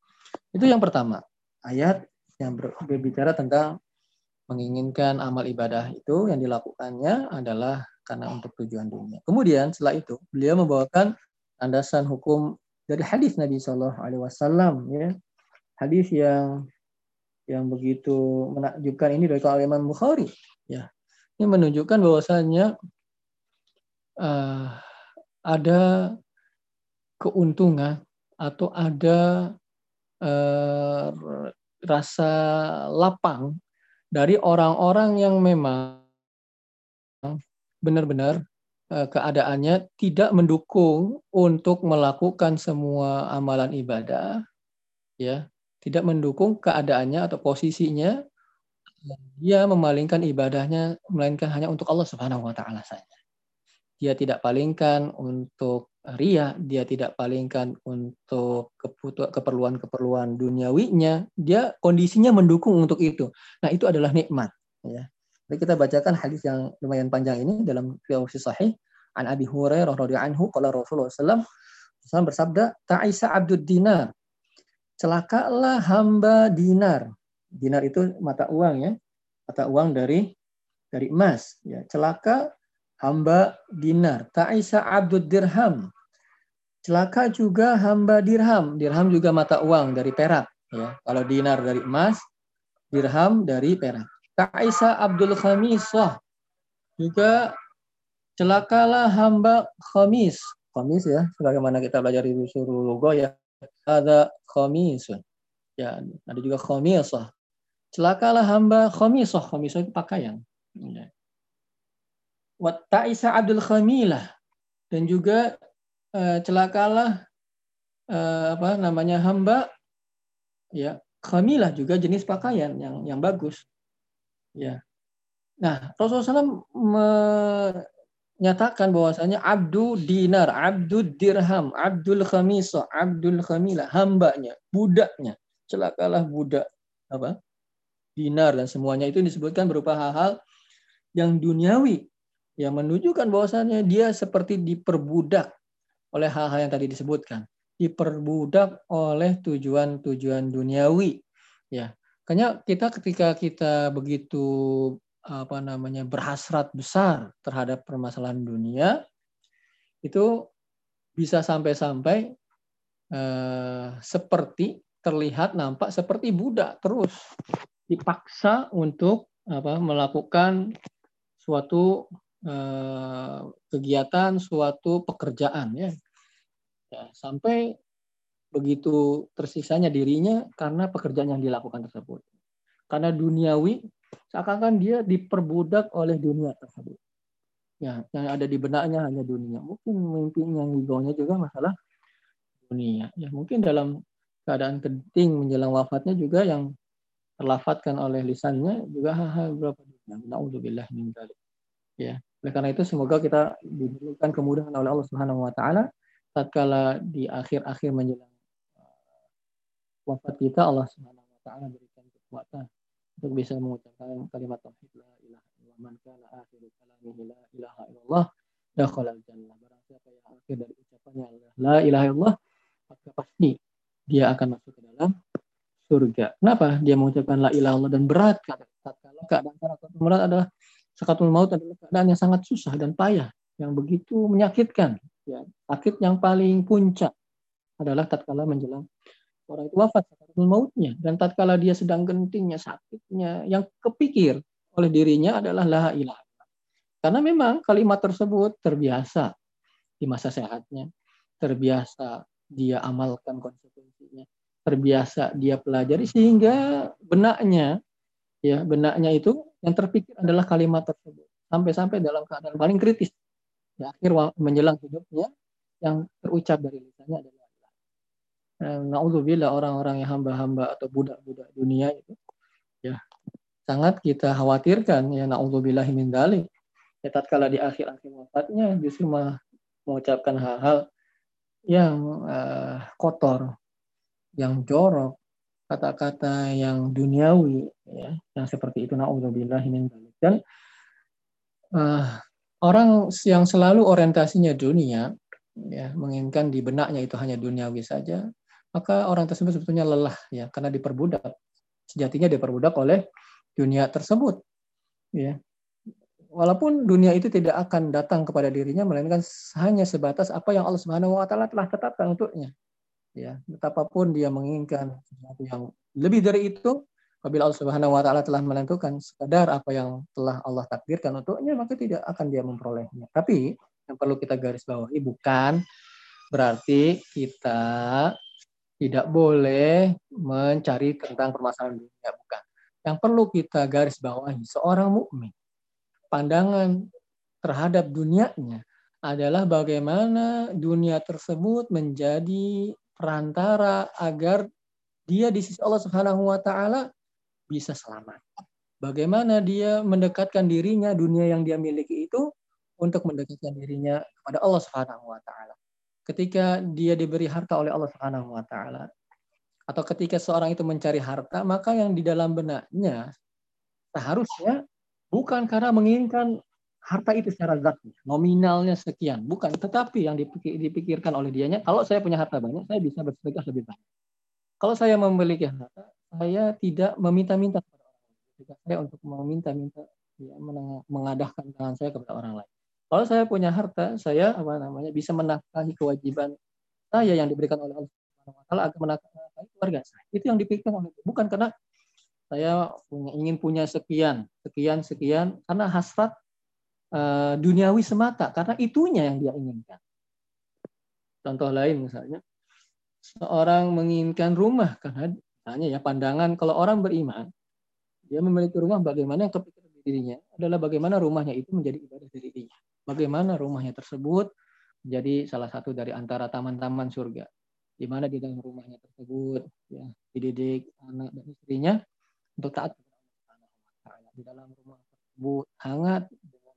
Itu yang pertama, ayat yang berbicara tentang menginginkan amal ibadah itu yang dilakukannya adalah karena untuk tujuan dunia. Kemudian setelah itu beliau membawakan landasan hukum dari hadis Nabi Shallallahu Alaihi Wasallam, ya, hadis yang yang begitu menakjubkan ini dari Imam Bukhari, ya, ini menunjukkan bahwasanya uh, ada keuntungan atau ada uh, rasa lapang dari orang-orang yang memang benar-benar uh, keadaannya tidak mendukung untuk melakukan semua amalan ibadah, ya, tidak mendukung keadaannya atau posisinya dia memalingkan ibadahnya melainkan hanya untuk Allah Subhanahu wa taala saja. Dia tidak palingkan untuk riya, dia tidak palingkan untuk keperluan-keperluan duniawinya, dia kondisinya mendukung untuk itu. Nah, itu adalah nikmat, ya. Jadi kita bacakan hadis yang lumayan panjang ini dalam riwayat sahih an Abi Hurairah radhiyallahu anhu qala Rasulullah sallallahu alaihi wasallam bersabda ta'isa abdud dinar, celakalah hamba dinar. Dinar itu mata uang ya, mata uang dari dari emas ya. Celaka hamba dinar. Ta'isa abdud dirham, celaka juga hamba dirham. Dirham juga mata uang dari perak ya. Kalau dinar dari emas, dirham dari perak. Ta'isa abdul khamisah, juga celakalah hamba khamis. Khamis ya, sebagaimana kita belajar di suruh logo ya. Ada khamis. Ya, ada juga khamisah. Celakalah hamba khamisah. Khamisah itu pakaian. Ya. Wa ta'isa abdul khamilah, dan juga uh, celakalah uh, apa namanya hamba ya khamilah, juga jenis pakaian yang yang bagus. Ya. Nah, Rasulullah shallallahu alaihi wasallam menyatakan bahwasanya abdu dinar, abdu dirham, abdul khamisah, abdul khamilah, hambanya, budaknya. Celakalah budak apa? Dinar, dan semuanya itu disebutkan berupa hal-hal yang duniawi yang menunjukkan bahwasanya dia seperti diperbudak oleh hal-hal yang tadi disebutkan, diperbudak oleh tujuan-tujuan duniawi ya. Makanya kita ketika kita begitu apa namanya berhasrat besar terhadap permasalahan dunia, itu bisa sampai-sampai eh, seperti terlihat nampak seperti budak, terus dipaksa untuk apa melakukan suatu eh, kegiatan, suatu pekerjaan ya. Ya, sampai begitu tersiksanya dirinya karena pekerjaan yang dilakukan tersebut. Karena duniawi, seakan-akan dia diperbudak oleh dunia tersebut. Ya, yang ada di benaknya hanya dunia. Mungkin mimpinya, ngigaunya juga masalah dunia. Ya, mungkin dalam keadaan genting menjelang wafatnya juga yang terlafatkan oleh lisannya juga hal-hal beberapa dunia. Na'udzubillah min dzalik. Ya, oleh karena itu semoga kita diberikan kemudahan oleh Allah Subhanahu wa taala tatkala di akhir-akhir menjelang wafat kita, Allah Subhanahu wa taala berikan kekuatan untuk bisa mengucapkan kalimat tauhid la ilaha illallah, man kana akhiru kalamihi la ilaha illallah dakhala jannah. Barang siapa yang akhir dari ucapannya la ilaha illallah, maka pasti dia akan masuk ke dalam surga. Kenapa dia mengucapkan la ilaha illallah dan berat kata tatkala keadaan sakaratul maut adalah sakaratul maut adalah keadaan yang sangat susah dan payah, yang begitu menyakitkan ya. Sakit yang paling puncak adalah tatkala menjelang orang itu wafat, sakaratul mautnya, dan tatkala dia sedang gentingnya, sakitnya, yang kepikir oleh dirinya adalah la ilaha. Karena memang kalimat tersebut terbiasa di masa sehatnya, terbiasa dia amalkan konsekuensinya, terbiasa dia pelajari, sehingga benaknya ya benaknya itu yang terpikir adalah kalimat tersebut, sampai-sampai dalam keadaan paling kritis di akhir menjelang hidupnya yang terucap dari lisannya adalah na'udzubillah, orang-orang yang hamba-hamba atau budak-budak dunia itu ya sangat kita khawatirkan ya, na'udzubillah min dzalik. Ya, tatkala di akhir-akhir wafatnya justru mengucapkan hal-hal yang uh, kotor, yang jorok, kata-kata yang duniawi ya, yang seperti itu, na'udzubillah min dzalik. Dan uh, orang yang selalu orientasinya dunia ya, menginginkan di benaknya itu hanya duniawi saja, maka orang tersebut sebetulnya lelah ya, karena diperbudak. Sejatinya diperbudak oleh dunia tersebut. Ya. Walaupun dunia itu tidak akan datang kepada dirinya, melainkan hanya sebatas apa yang Allah Subhanahu wa taala telah tetapkan untuknya. Ya, betapapun dia menginginkan sesuatu yang lebih dari itu, apabila Allah Subhanahu wa taala telah menentukan sekadar apa yang telah Allah takdirkan untuknya, maka tidak akan dia memperolehnya. Tapi yang perlu kita garis bawahi bukan berarti kita tidak boleh mencari tentang permasalahan dunia, bukan. Yang perlu kita garis bawahi, seorang mukmin, pandangan terhadap dunianya adalah bagaimana dunia tersebut menjadi perantara agar dia di sisi Allah Subhanahu wa taala bisa selamat. Bagaimana dia mendekatkan dirinya, dunia yang dia miliki itu, untuk mendekatkan dirinya kepada Allah Subhanahu wa taala. Ketika dia diberi harta oleh Allah Subhanahu wa taala, atau ketika seorang itu mencari harta, maka yang di dalam benaknya seharusnya Bukan karena menginginkan harta itu secara zat, nominalnya sekian, bukan. Tetapi yang dipikir, dipikirkan oleh dianya, kalau saya punya harta banyak, saya bisa bersedekah lebih banyak. Kalau saya memiliki harta, saya tidak meminta-minta kepada orang lain. Tidak saya untuk meminta-minta, ya, mengadahkan tangan saya kepada orang lain. Kalau saya punya harta, saya apa namanya bisa menafkahi kewajiban saya yang diberikan oleh Allah Subhanahu wa taala agar menafkahi keluarga saya. Itu yang dipikirkan oleh itu. Bukan karena saya punya, ingin punya sekian, sekian, sekian, karena hasrat uh, duniawi semata, karena itunya yang dia inginkan. Contoh lain misalnya, seorang menginginkan rumah, karena misalnya ya pandangan kalau orang beriman, dia memiliki rumah, bagaimana yang terpikir di dirinya adalah bagaimana rumahnya itu menjadi ibadah dari dirinya. Bagaimana rumahnya tersebut menjadi salah satu dari antara taman-taman surga, di mana di dalam rumahnya tersebut ya dididik anak dan istrinya untuk taat kepada Allah Subhanahu wa taala. Di dalam rumah tersebut hangat dengan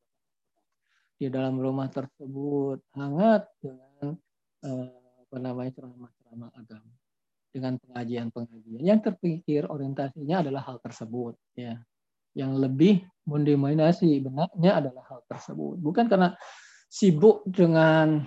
di dalam rumah tersebut hangat dengan eh, apa namanya ceramah-ceramah agama, dengan pengajian-pengajian yang terpikir orientasinya adalah hal tersebut ya. Yang lebih mendominasi benaknya adalah hal tersebut, bukan karena sibuk dengan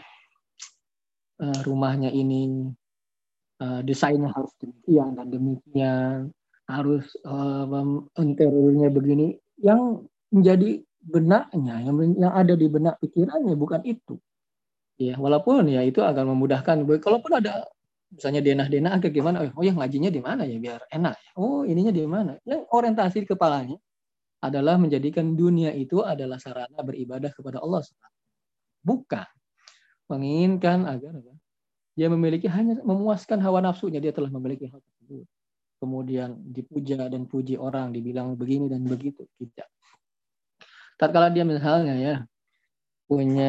uh, rumahnya ini uh, desainnya harus demikian dan demikian, harus uh, interiornya begini. Yang menjadi benaknya, yang, yang ada di benak pikirannya bukan itu. Ya, walaupun ya itu akan memudahkan. Kalaupun ada misalnya denah-denah agak gimana, oh ya ngajinya di mana ya biar enak. Oh ininya di mana? Yang orientasi di kepalanya adalah menjadikan dunia itu adalah sarana beribadah kepada Allah. Bukan menginginkan agar dia memiliki hanya memuaskan hawa nafsunya, dia telah memiliki hal tersebut. Kemudian dipuja dan puji orang, dibilang begini dan begitu. Tidak. Tatkala dia misalnya ya punya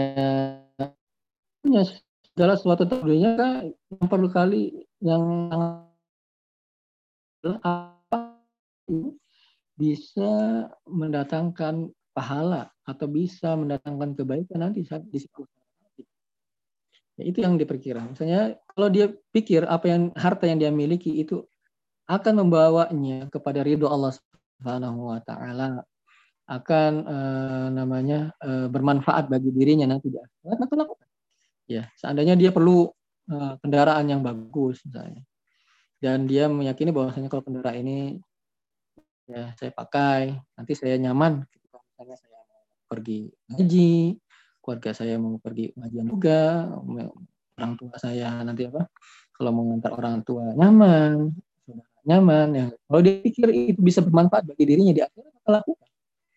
punya segala sesuatu tentunya kan yang perlu kali yang apa bisa mendatangkan pahala atau bisa mendatangkan kebaikan nanti saat di situ. Ya, itu yang diperkira. Misalnya kalau dia pikir apa yang harta yang dia miliki itu akan membawanya kepada ridho Allah Subhanahu wa taala, akan eh, namanya eh, bermanfaat bagi dirinya nanti di akhirat, maka lakukan. Ya, seandainya dia perlu eh, kendaraan yang bagus misalnya. Dan dia meyakini bahwasanya kalau kendaraan ini ya saya pakai, nanti saya nyaman ketika misalnya saya mau pergi ngaji, keluarga saya mau pergi ngajian juga, orang tua saya nanti apa kalau mau ngantar orang tua nyaman, saudara nyaman ya. Kalau dia pikir itu bisa bermanfaat bagi dirinya di akhirat, maka lakukan.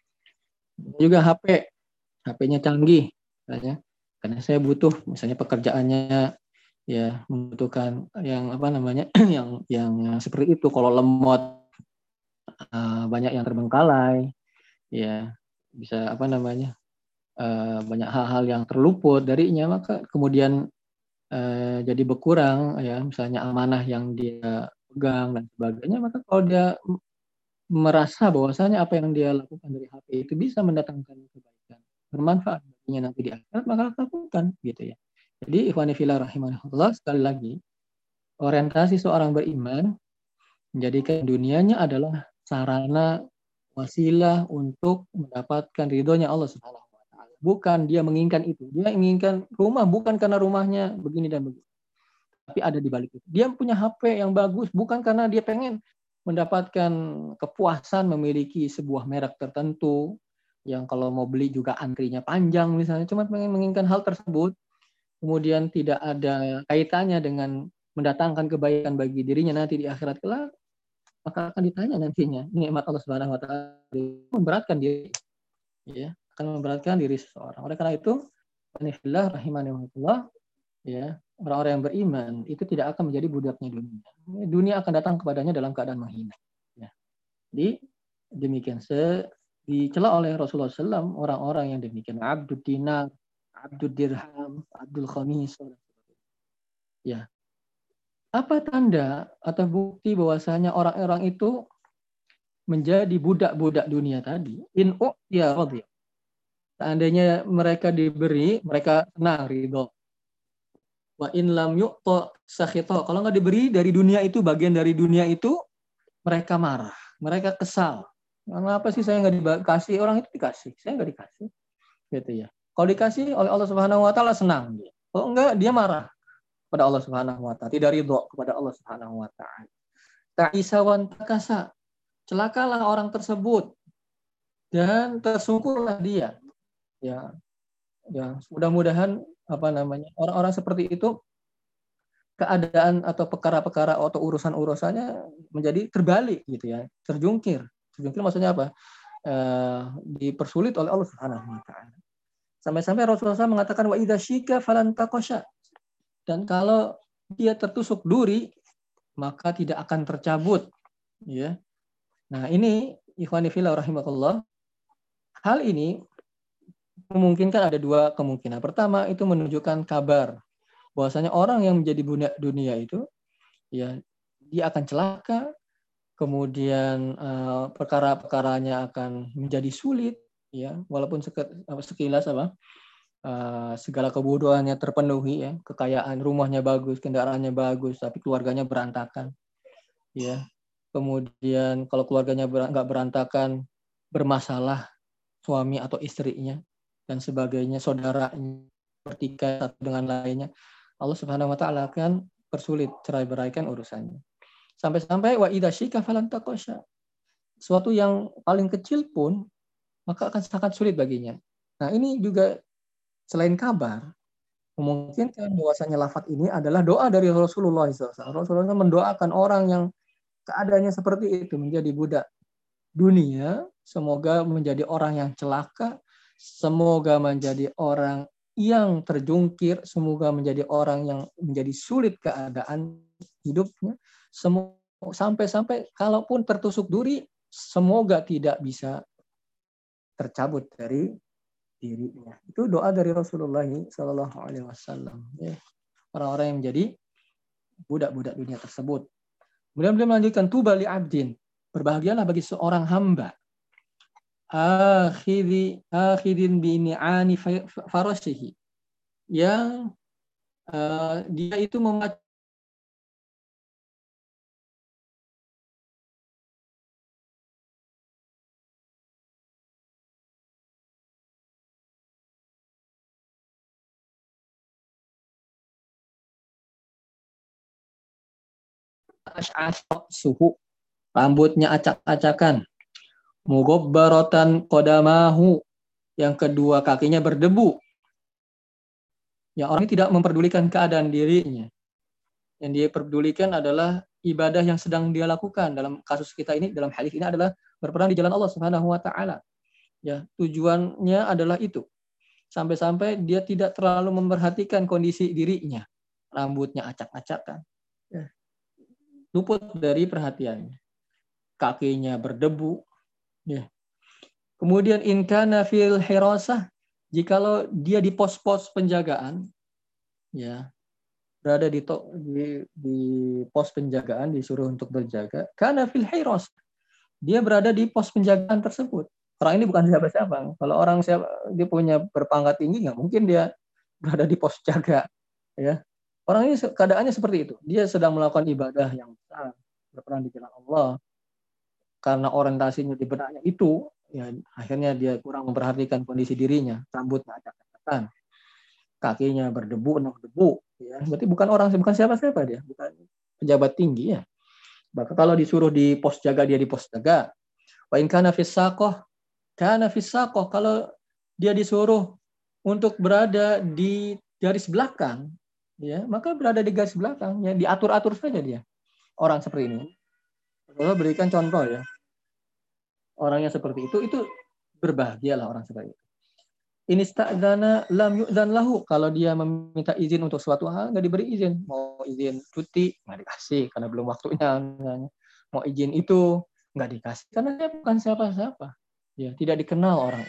Juga H P, H P-nya canggih misalnya, karena saya butuh misalnya pekerjaannya ya membutuhkan yang apa namanya yang yang seperti itu. Kalau lemot uh, banyak yang terbengkalai ya, bisa apa namanya uh, banyak hal-hal yang terluput darinya, maka kemudian uh, jadi berkurang ya, misalnya amanah yang dia pegang dan sebagainya, maka kalau dia merasa bahwasanya apa yang dia lakukan dari H P itu bisa mendatangkan kebaikan, bermanfaat baginya nanti di akhirat, maka lakukan gitu ya. Jadi ikhwani fillah rahimahullah, sekali lagi orientasi seorang beriman menjadikan dunianya adalah sarana wasilah untuk mendapatkan ridhonya Allah Subhanahu wa taala. Bukan dia menginginkan itu. Dia inginkan rumah bukan karena rumahnya begini dan begitu. Tapi ada di balik itu. Dia punya H P yang bagus bukan karena dia pengen mendapatkan kepuasan memiliki sebuah merek tertentu yang kalau mau beli juga antrinya panjang misalnya, cuma pengen menginginkan hal tersebut, kemudian tidak ada kaitannya dengan mendatangkan kebaikan bagi dirinya nanti di akhirat kelak, maka akan ditanya nantinya nikmat Allah Subhanahu wa taala memberatkan diri ya, akan memberatkan diri seseorang. Oleh karena itu, wanifillah rahimahullah ya, orang-orang yang beriman itu tidak akan menjadi budaknya dunia. Dunia akan datang kepadanya dalam keadaan menghina. Ya. Jadi demikian se dicela oleh Rasulullah shallallahu alaihi wasallam orang-orang yang demikian, abdud dinar, abdud dirham, abdul khamis. Ya. Apa tanda atau bukti bahwasanya orang-orang itu menjadi budak-budak dunia tadi? In ya radhi. Seandainya mereka diberi, mereka senang ridho. Wa in lam yu'ta sakhita. Kalau nggak diberi dari dunia itu, bagian dari dunia itu, mereka marah, mereka kesal. Kenapa sih saya nggak dikasih? Orang itu dikasih, saya nggak dikasih, gitu ya. Kalau dikasih oleh Allah Subhanahu Wa Taala senang dia. Kalau enggak dia marah kepada Allah Subhanahu Wa Taala, tidak ridho kepada Allah Subhanahu Wa Taala. Ta'isa wan takasa, celakalah orang tersebut dan tersungkurlah dia. Ya, ya mudah-mudahan apa namanya orang-orang seperti itu keadaan atau perkara-perkara atau urusan-urusannya menjadi terbalik gitu ya, terjungkir. Terjungkir maksudnya apa? Eh, dipersulit oleh Allah Subhanahu Wa Taala. Sampai-sampai Rasulullah shallallahu alaihi wasallam mengatakan wa idza syika falan taqasha. Dan kalau dia tertusuk duri, maka tidak akan tercabut, ya. Nah, ini ikhwani fillah rahimakumullah. Hal ini memungkinkan ada dua kemungkinan. Pertama, itu menunjukkan kabar bahwasanya orang yang menjadi budak dunia itu ya dia akan celaka, kemudian uh, perkara-perkaranya akan menjadi sulit, ya, walaupun sekilas apa Uh, segala kebutuhannya terpenuhi ya, kekayaan, rumahnya bagus, kendaraannya bagus, tapi keluarganya berantakan, ya. Kemudian kalau keluarganya nggak berantakan, bermasalah suami atau istrinya dan sebagainya, saudaranya bertikai satu dengan lainnya, Allah Subhanahu Wa Taala akan persulit cerai beraikan urusannya. Sampai-sampai wa idza syika falan taqasha. Suatu yang paling kecil pun maka akan sangat sulit baginya. Nah, ini juga selain kabar, memungkinkan bahwasanya lafaz ini adalah doa dari Rasulullah shallallahu alaihi wasallam. Rasulullah mendoakan orang yang keadaannya seperti itu menjadi budak dunia, semoga menjadi orang yang celaka, semoga menjadi orang yang terjungkir, semoga menjadi orang yang menjadi sulit keadaan hidupnya, sampai-sampai kalaupun tertusuk duri, semoga tidak bisa tercabut dari dirinya. Itu doa dari Rasulullah shallallahu alaihi wasallam. Ya. Orang-orang yang menjadi budak-budak dunia tersebut. Kemudian beliau melanjutkan tuba li abdin. Berbahagialah bagi seorang hamba. Akhiri akhirin bi ni'ani farasihi. Yang uh, dia itu memacu suhu, rambutnya acak-acakan, mughabbaratan qadamahu, yang kedua kakinya berdebu. Ya, orang ini tidak memperdulikan keadaan dirinya. Yang dia pedulikan adalah ibadah yang sedang dia lakukan. Dalam kasus kita ini, dalam hadis ini adalah berperang di jalan Allah Subhanahu Wa Taala. Ya, tujuannya adalah itu. Sampai-sampai dia tidak terlalu memperhatikan kondisi dirinya, rambutnya acak-acakan, ya, luput dari perhatiannya, kakinya berdebu, ya. Kemudian in kana fil hirasah, jikalau dia di pos-pos penjagaan, ya, berada di, to, di di pos penjagaan, disuruh untuk berjaga, kana fil hirasah, dia berada di pos penjagaan tersebut. Orang ini bukan siapa-siapa. Kalau orang siapa dia punya berpangkat tinggi, nggak mungkin dia berada di pos jaga, ya. Orang ini keadaannya seperti itu. Dia sedang melakukan ibadah yang besar, berperan di jalan Allah. Karena orientasinya di benaknya itu, ya akhirnya dia kurang memperhatikan kondisi dirinya. Rambutnya acak-acakan, kakinya berdebu, penuh debu. Ya, berarti bukan orang, bukan siapa-siapa dia, bukan pejabat tinggi ya. Bahkan kalau disuruh di pos jaga, dia di pos jaga. Wa in kana fis saqah kana fis saqah, kalau dia disuruh untuk berada di garis belakang, ya, maka berada di garis belakang, ya, diatur-atur saja dia. Orang seperti ini. Kalau berikan contoh ya. Orangnya seperti itu, itu berbahagialah orang seperti itu. Ini sta'dana lam yu'dan lahu, kalau dia meminta izin untuk suatu hal nggak diberi izin. Mau izin cuti nggak dikasih karena belum waktunya. Mau izin itu nggak dikasih karena dia bukan siapa-siapa. Ya, tidak dikenal orang.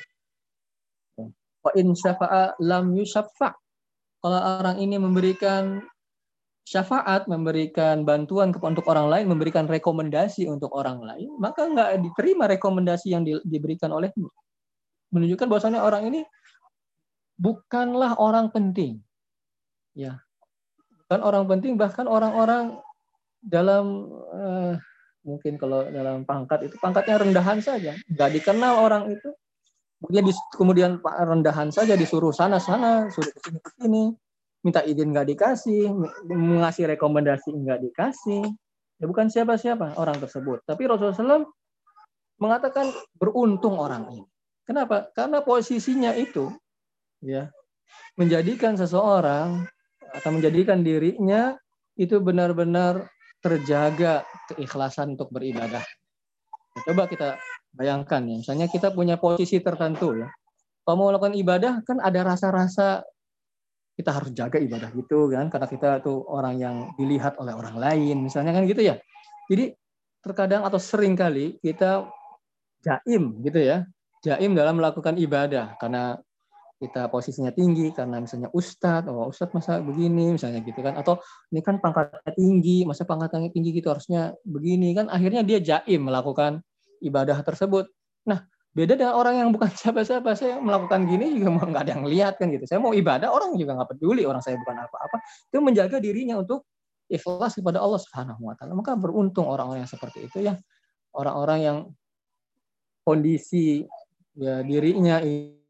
Wa in syafa'a lam yusaffa'. Kalau orang ini memberikan syafaat, memberikan bantuan untuk orang lain, memberikan rekomendasi untuk orang lain, maka nggak diterima rekomendasi yang di, diberikan olehnya. Menunjukkan bahwasanya orang ini bukanlah orang penting. Ya. Bukan orang penting, bahkan orang-orang dalam uh, mungkin kalau dalam pangkat itu pangkatnya rendahan saja, nggak dikenal orang itu, dia kemudian rendahan saja disuruh sana sana, suruh kesini kesini, minta izin nggak dikasih, mengasih rekomendasi nggak dikasih, ya bukan siapa-siapa orang tersebut. Tapi Rasulullah shallallahu alaihi wasallam mengatakan beruntung orang ini. Kenapa? Karena posisinya itu ya menjadikan seseorang atau menjadikan dirinya itu benar-benar terjaga keikhlasan untuk beribadah. Coba kita bayangkan ya, misalnya kita punya posisi tertentu ya. Kalau mau melakukan ibadah kan ada rasa-rasa kita harus jaga ibadah gitu kan, karena kita tuh orang yang dilihat oleh orang lain, misalnya kan gitu ya. Jadi terkadang atau sering kali kita jaim gitu ya, jaim dalam melakukan ibadah karena kita posisinya tinggi, karena misalnya ustadz, oh ustadz masa begini misalnya gitu kan, atau ini kan pangkatnya tinggi, masa pangkatnya tinggi gitu harusnya begini kan, akhirnya dia jaim melakukan ibadah tersebut. Nah beda dengan orang yang bukan siapa-siapa, saya melakukan gini juga mau nggak ada yang lihat kan gitu, saya mau ibadah orang juga nggak peduli orang saya bukan apa-apa, itu menjaga dirinya untuk ikhlas kepada Allah Subhanahu Wa Taala. Maka beruntung orang-orang yang seperti itu ya, orang-orang yang kondisi ya dirinya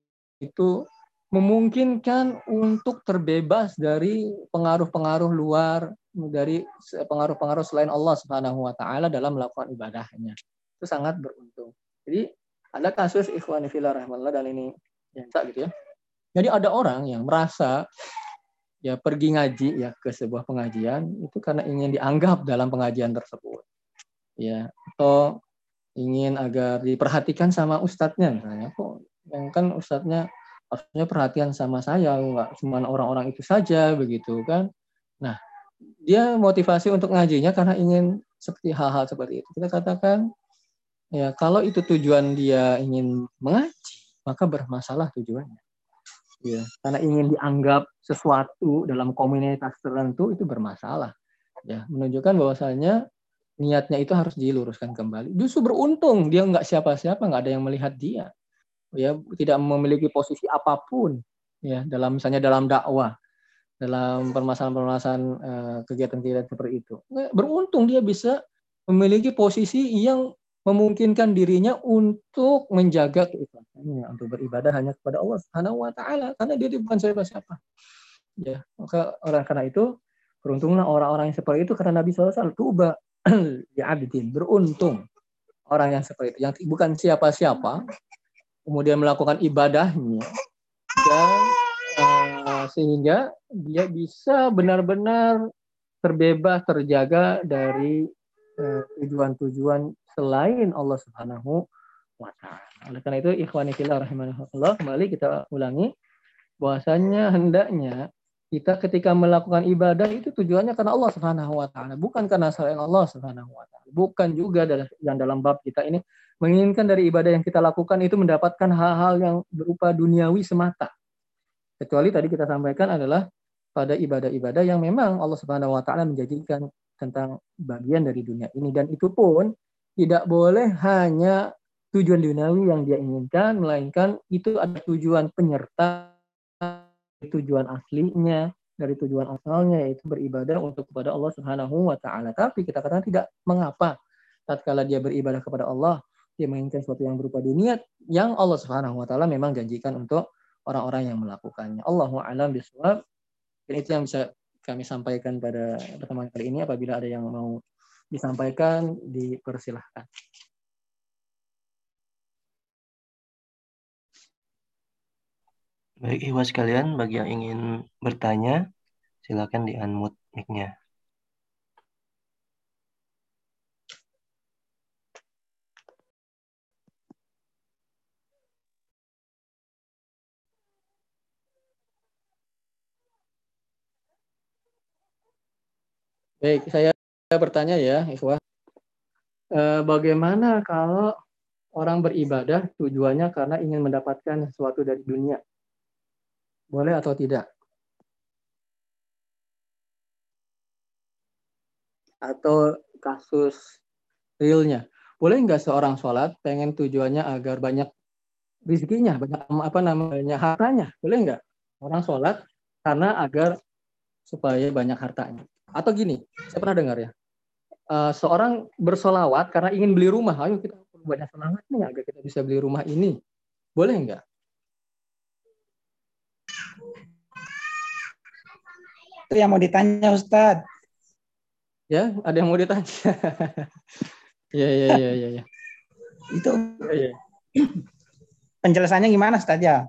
itu memungkinkan untuk terbebas dari pengaruh-pengaruh luar, dari pengaruh-pengaruh selain Allah Subhanahu wa taala dalam melakukan ibadahnya. Itu sangat beruntung. Jadi ada kasus ikhwani fillah rahmatullah, dan ini biasa gitu ya. Jadi ada orang yang merasa ya pergi ngaji ya ke sebuah pengajian itu karena ingin dianggap dalam pengajian tersebut. Ya, atau ingin agar diperhatikan sama ustadznya misalnya. Kok yang kan ustadznya harusnya perhatian sama saya, nggak cuma orang-orang itu saja begitu kan. Nah, dia motivasi untuk ngajinya karena ingin seperti hal-hal seperti itu. Kita katakan ya kalau itu tujuan dia ingin mengaji, maka bermasalah tujuannya. Ya, karena ingin dianggap sesuatu dalam komunitas tertentu itu bermasalah. Ya, menunjukkan bahwasanya niatnya itu harus diluruskan kembali. Justru beruntung dia nggak siapa-siapa, nggak ada yang melihat dia. Ya, tidak memiliki posisi apapun ya dalam misalnya dalam dakwah, dalam permasalahan-permasalahan uh, kegiatan-kegiatan seperti itu. Beruntung dia bisa memiliki posisi yang memungkinkan dirinya untuk menjaga keikhlasannya untuk beribadah hanya kepada Allah Subhanahu wa taala, karena dia bukan siapa-siapa. Ya, maka orang karena itu beruntunglah orang-orang yang seperti itu, karena Nabi shallallahu alaihi wasallam tuba ya abidin, beruntung orang yang seperti itu yang bukan siapa-siapa kemudian melakukan ibadahnya dan uh, sehingga dia bisa benar-benar terbebas, terjaga dari uh, tujuan-tujuan selain Allah Subhanahu wa taala. Oleh karena itu ikhwani fillah rahimanallah, kembali kita ulangi bahwasanya hendaknya kita ketika melakukan ibadah itu tujuannya karena Allah Subhanahu wa taala, bukan karena selain Allah Subhanahu wa taala. Bukan juga yang dalam bab kita ini menginginkan dari ibadah yang kita lakukan itu mendapatkan hal-hal yang berupa duniawi semata. Kecuali tadi kita sampaikan adalah pada ibadah-ibadah yang memang Allah Subhanahu wa taala menjadikan tentang bagian dari dunia ini, dan itu pun tidak boleh hanya tujuan duniawi yang dia inginkan, melainkan itu ada tujuan penyerta, tujuan aslinya, dari tujuan asalnya yaitu beribadah untuk kepada Allah Subhanahu wa taala. Tapi kita katakan tidak mengapa tatkala dia beribadah kepada Allah dia menginginkan sesuatu yang berupa dunia yang Allah Subhanahu wa taala memang janjikan untuk orang-orang yang melakukannya. Allahu a'lam bishawab. Dan itu yang bisa kami sampaikan pada pertemuan kali ini. Apabila ada yang mau disampaikan, dipersilahkan. Baik, ikhwas sekalian, bagi yang ingin bertanya, silakan di-unmute mic-nya. Baik, saya bertanya ya, ikhwah. E, bagaimana kalau orang beribadah tujuannya karena ingin mendapatkan sesuatu dari dunia? Boleh atau tidak? Atau kasus realnya, boleh nggak seorang sholat pengen tujuannya agar banyak rezekinya, banyak apa namanya hartanya, boleh nggak orang sholat karena agar supaya banyak hartanya? Atau gini, saya pernah dengar ya, uh, seorang bersolawat karena ingin beli rumah. Ayo kita banyak solawat nih agar kita bisa beli rumah ini. Boleh nggak? Itu yang mau ditanya Ustadz. Ya, ada yang mau ditanya. Ya, ya, ya, ya, ya. Itu Ya, ya. penjelasannya gimana Ustadz ya?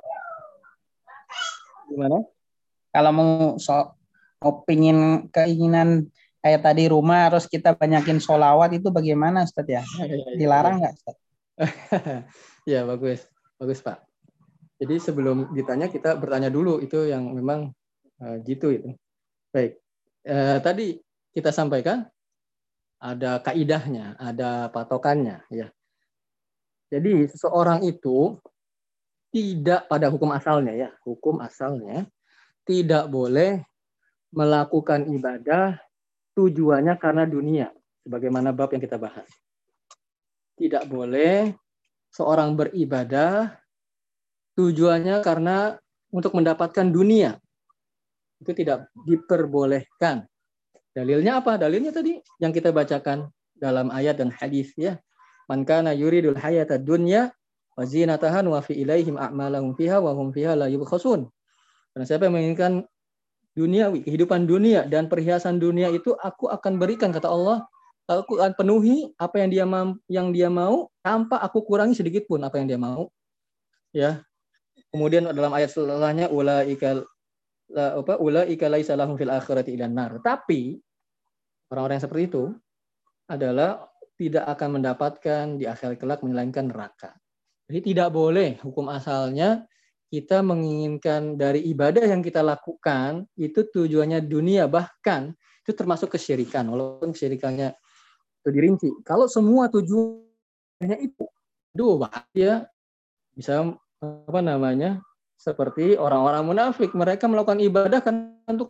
Gimana? Kalau mau so, mau pingin keinginan kayak tadi rumah, harus kita banyakin sholawat, itu bagaimana Ustadz ya? Ya, ya, ya, Dilarang ya. nggak Ustadz? Ya, bagus. Bagus Pak. Jadi sebelum ditanya kita bertanya dulu, itu yang memang uh, gitu itu. Baik. Uh, tadi kita sampaikan ada kaidahnya, ada patokannya, ya. Jadi seseorang itu tidak pada hukum asalnya, ya, hukum asalnya tidak boleh melakukan ibadah tujuannya karena dunia, sebagaimana bab yang kita bahas. Tidak boleh seorang beribadah tujuannya karena untuk mendapatkan dunia. Itu tidak diperbolehkan. Dalilnya apa? Dalilnya tadi yang kita bacakan dalam ayat dan hadis, ya. Man kana yuridul hayata dunya wa zinataha wa fi ilaihim a'malahum fiha wa hum fiha la yubkhasun. Karena siapa yang menginginkan duniawi, kehidupan dunia dan perhiasan dunia itu aku akan berikan, kata Allah, aku akan penuhi apa yang dia mau, yang dia mau tanpa aku kurangi sedikit pun apa yang dia mau. Ya. Kemudian dalam ayat setelahnya ulaika la apa ulaika laisa lahum fil akhirati ilan nar. Tapi orang-orang yang seperti itu adalah tidak akan mendapatkan di akhir kelak melainkan neraka. Jadi tidak boleh hukum asalnya kita menginginkan dari ibadah yang kita lakukan itu tujuannya dunia, bahkan itu termasuk kesyirikan walaupun kesyirikannya itu dirinci. Kalau semua tujuannya itu, aduh bahaya, bisa apa namanya? Seperti orang-orang munafik, mereka melakukan ibadah kan untuk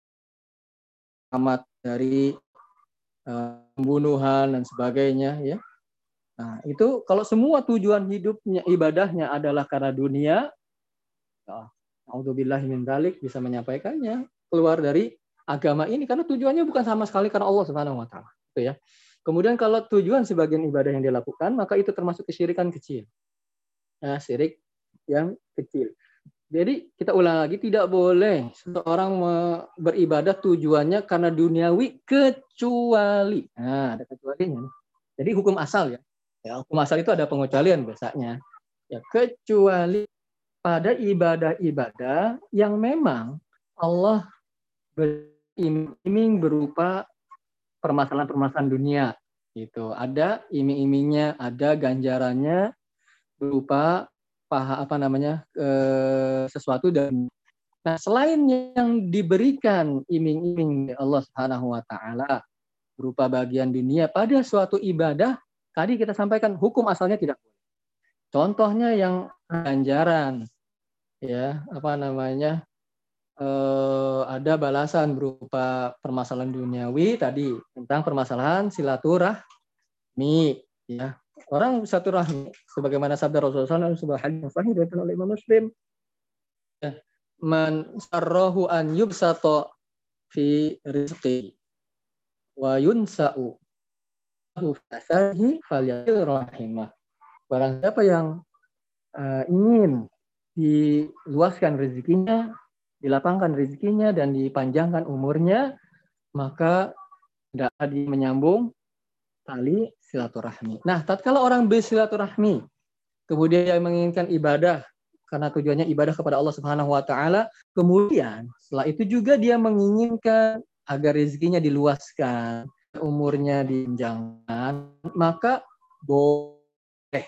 amat dari pembunuhan dan sebagainya, ya. Nah, itu kalau semua tujuan hidupnya, ibadahnya adalah karena dunia, A'udzubillahi min dzalik, bisa menyampaikannya keluar dari agama ini karena tujuannya bukan sama sekali karena Allah Subhanahu wa taala, gitu ya. Kemudian kalau tujuan sebagian ibadah yang dilakukan, maka itu termasuk kesyirikan kecil. Nah, syirik yang kecil. Jadi kita ulang lagi, tidak boleh seseorang beribadah tujuannya karena duniawi kecuali, nah ada kecualinya. Jadi hukum asal, ya, ya hukum asal itu ada pengecualian biasanya, ya, kecuali pada ibadah-ibadah yang memang Allah beriming berupa permasalahan-permasalahan dunia, gitu. Ada iming-imingnya, ada ganjarannya berupa paha apa namanya eh, sesuatu dan nah selain yang diberikan iming-iming Allah Subhanahu wa taala berupa bagian dunia pada suatu ibadah, tadi kita sampaikan hukum asalnya tidak boleh. Contohnya yang ganjaran, ya, apa namanya eh, ada balasan berupa permasalahan duniawi tadi tentang permasalahan silaturahmi, ya. Orang silaturahmi sebagaimana sabda Rasulullah sebuah hadis yang sahih diriwayatkan oleh Imam Muslim, man sarrahu an yubsata fi rizqi wa yunsa'u lahu fasahi falyasil rahimah. Barang siapa yang uh, ingin diluaskan rezekinya, dilapangkan rezekinya dan dipanjangkan umurnya, maka tidak ada menyambung tali silaturahmi. Nah, tatkala orang bersilaturahmi, kemudian yang menginginkan ibadah karena tujuannya ibadah kepada Allah Subhanahu wa taala, kemudian setelah itu juga dia menginginkan agar rezekinya diluaskan, umurnya dipanjangkan, maka boleh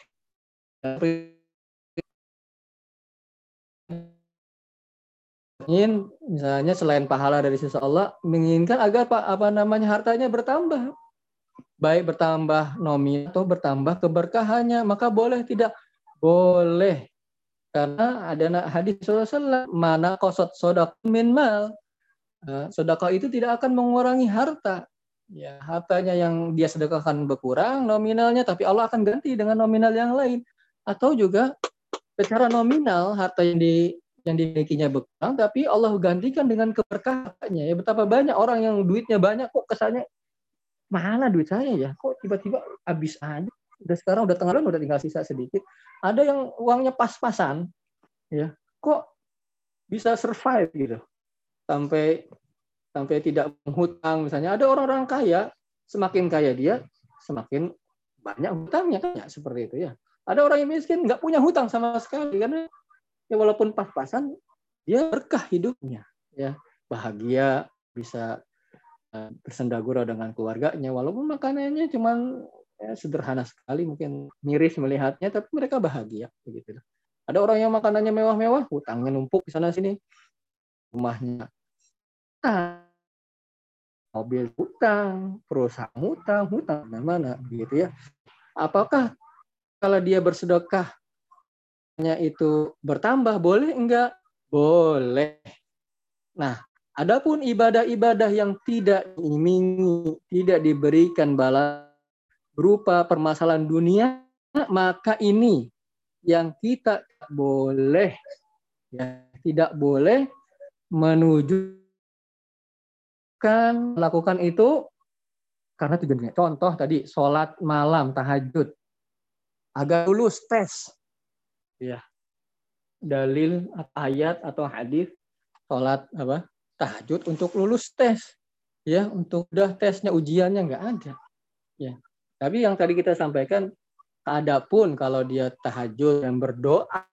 ingin misalnya selain pahala dari sisi Allah, menginginkan agar apa namanya hartanya bertambah, baik bertambah nominal atau bertambah keberkahannya, maka boleh tidak? Boleh. Karena ada hadis Rasulullah, mana qasad shadaqah min mal. Sedekah itu tidak akan mengurangi harta. Ya, hartanya yang dia sedekahkan berkurang nominalnya, tapi Allah akan ganti dengan nominal yang lain. Atau juga secara nominal harta yang di yang dimilikinya berkurang, tapi Allah gantikan dengan keberkahannya. Ya, betapa banyak orang yang duitnya banyak kok kesannya mana duit saya ya? Kok tiba-tiba habis aja? Udah sekarang udah tengah bulan udah tinggal sisa sedikit. Ada yang uangnya pas-pasan, ya. Kok bisa survive gitu? Sampai sampai tidak menghutang misalnya. Ada orang-orang kaya, semakin kaya dia, semakin banyak hutangnya kan ya, seperti itu ya. Ada orang yang miskin nggak punya hutang sama sekali karena ya walaupun pas-pasan dia berkah hidupnya, ya. Bahagia, bisa bersenda gurau dengan keluarganya walaupun makanannya cuman ya, sederhana sekali, mungkin miris melihatnya, tapi mereka bahagia begitu. Ada orang yang makanannya mewah-mewah, hutangnya numpuk di sana sini, rumahnya hutang, mobil hutang, perusahaan hutang, hutang mana-mana begitu ya. Apakah kalau dia bersedekahnya itu bertambah, boleh enggak? Boleh. Nah, adapun ibadah-ibadah yang tidak diiming, tidak diberikan balas berupa permasalahan dunia, maka ini yang kita boleh, ya, tidak boleh menuju kan melakukan itu karena tujuannya. Contoh tadi sholat malam tahajud agar lulus tes, ya. Dalil ayat atau hadis sholat apa tahajud untuk lulus tes, ya, untuk udah tesnya ujiannya nggak ada, ya. Tapi yang tadi kita sampaikan, adapun kalau dia tahajud dan berdoa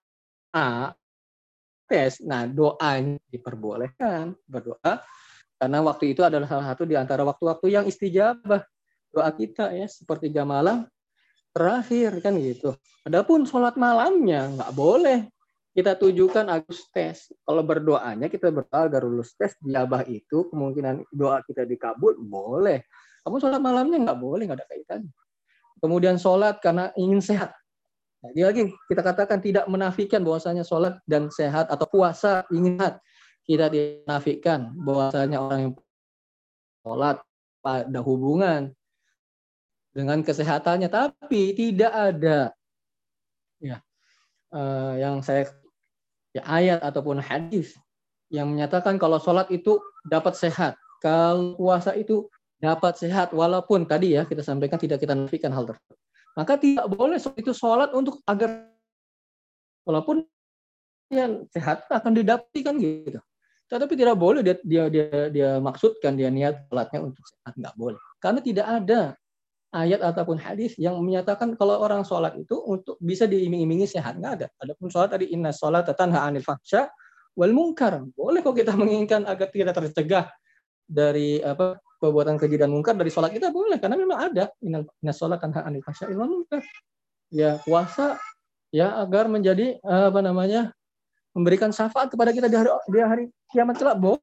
tes, nah doanya diperbolehkan berdoa karena waktu itu adalah salah satu di antara waktu-waktu yang istijabah doa kita, ya, sepertiga malam terakhir kan gitu. Adapun sholat malamnya nggak boleh kita tujukan agus tes. Kalau berdoanya kita berdoa agar lulus tes, dijabah itu kemungkinan doa kita dikabul, boleh. Kamu sholat malamnya nggak boleh, nggak ada kaitannya. Kemudian sholat karena ingin sehat. Lagi lagi kita katakan tidak menafikan bahwasanya sholat dan sehat atau puasa ingin sehat. Kita tidak menafikan bahwasanya orang yang sholat pada hubungan dengan kesehatannya, tapi tidak ada ya eh, yang saya ya, ayat ataupun hadis yang menyatakan kalau sholat itu dapat sehat, kalau puasa itu dapat sehat, walaupun tadi ya kita sampaikan tidak kita nafikan hal tersebut. Maka tidak boleh itu sholat untuk agar walaupun yang sehat akan didapatkan gitu. Tetapi tidak boleh dia dia dia, dia maksudkan dia niat sholatnya untuk sehat, nggak boleh. Karena tidak ada ayat ataupun hadis yang menyatakan kalau orang sholat itu untuk bisa diiming-imingi sehat, nggak ada. Adapun sholat tadi inna sholat tanha anil fahsya wal munkar. Boleh kok kita menginginkan agar kita tercegah dari apa perbuatan keji dan munkar dari sholat kita, boleh karena memang ada inna sholat tanha anil fahsya wal munkar. Ya, puasa ya agar menjadi apa namanya memberikan syafaat kepada kita di hari, di hari kiamat kelak, boleh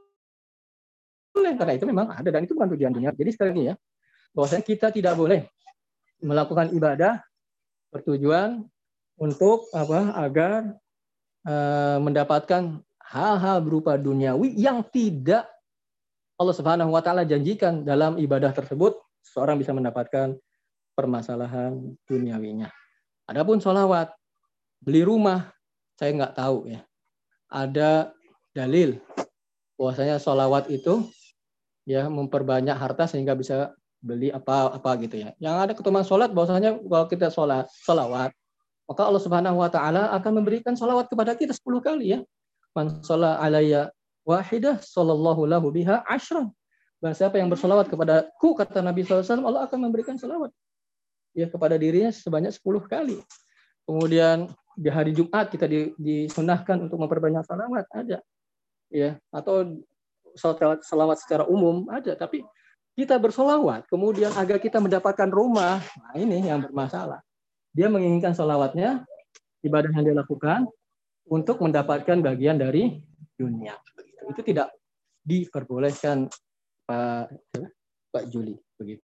karena itu memang ada dan itu bukan tujuan dunia. Jadi sekali lagi ya, bahwasanya kita tidak boleh melakukan ibadah bertujuan untuk apa agar uh, mendapatkan hal-hal berupa duniawi yang tidak Allah Subhanahu wa taala janjikan dalam ibadah tersebut seorang bisa mendapatkan permasalahan duniawinya. Adapun sholawat, beli rumah, saya nggak tahu ya. Ada dalil bahwasanya sholawat itu ya memperbanyak harta sehingga bisa beli apa-apa gitu ya. Yang ada keutamaan sholat bahwasanya kalau kita sholat, sholawat, maka Allah Subhanahu wa taala akan memberikan sholawat kepada kita sepuluh kali ya. Man sholla alayya wahidah sallallahu lahu biha asyran. Dan siapa yang bersolawat kepadaku, kata Nabi shallallahu alaihi wasallam, Allah akan memberikan sholawat ya kepada dirinya sebanyak sepuluh kali. Kemudian di hari Jumat kita disunahkan untuk memperbanyak sholawat, ada ya, atau sholawat secara umum ada, tapi kita bersolawat kemudian agar kita mendapatkan rumah, nah ini yang bermasalah. Dia menginginkan sholawatnya, ibadah yang dia lakukan untuk mendapatkan bagian dari dunia. Itu tidak diperbolehkan, Pak Pak Juli, begitu.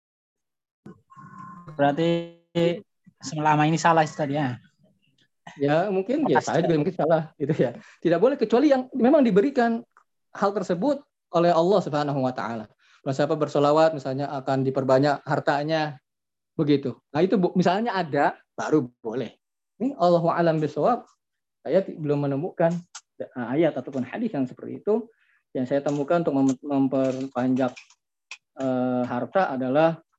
Berarti selama ini salah tadi ya? Ya mungkin ya saya juga mungkin salah gitu ya. Tidak boleh kecuali yang memang diberikan hal tersebut oleh Allah Subhanahu wa taala. Kalau siapa bersolawat misalnya akan diperbanyak hartanya begitu. Nah itu misalnya ada baru boleh. Ini Allahu a'lam bishawab. Saya belum menemukan ayat ataupun hadis yang seperti itu. Yang saya temukan untuk memperpanjang uh, harta adalah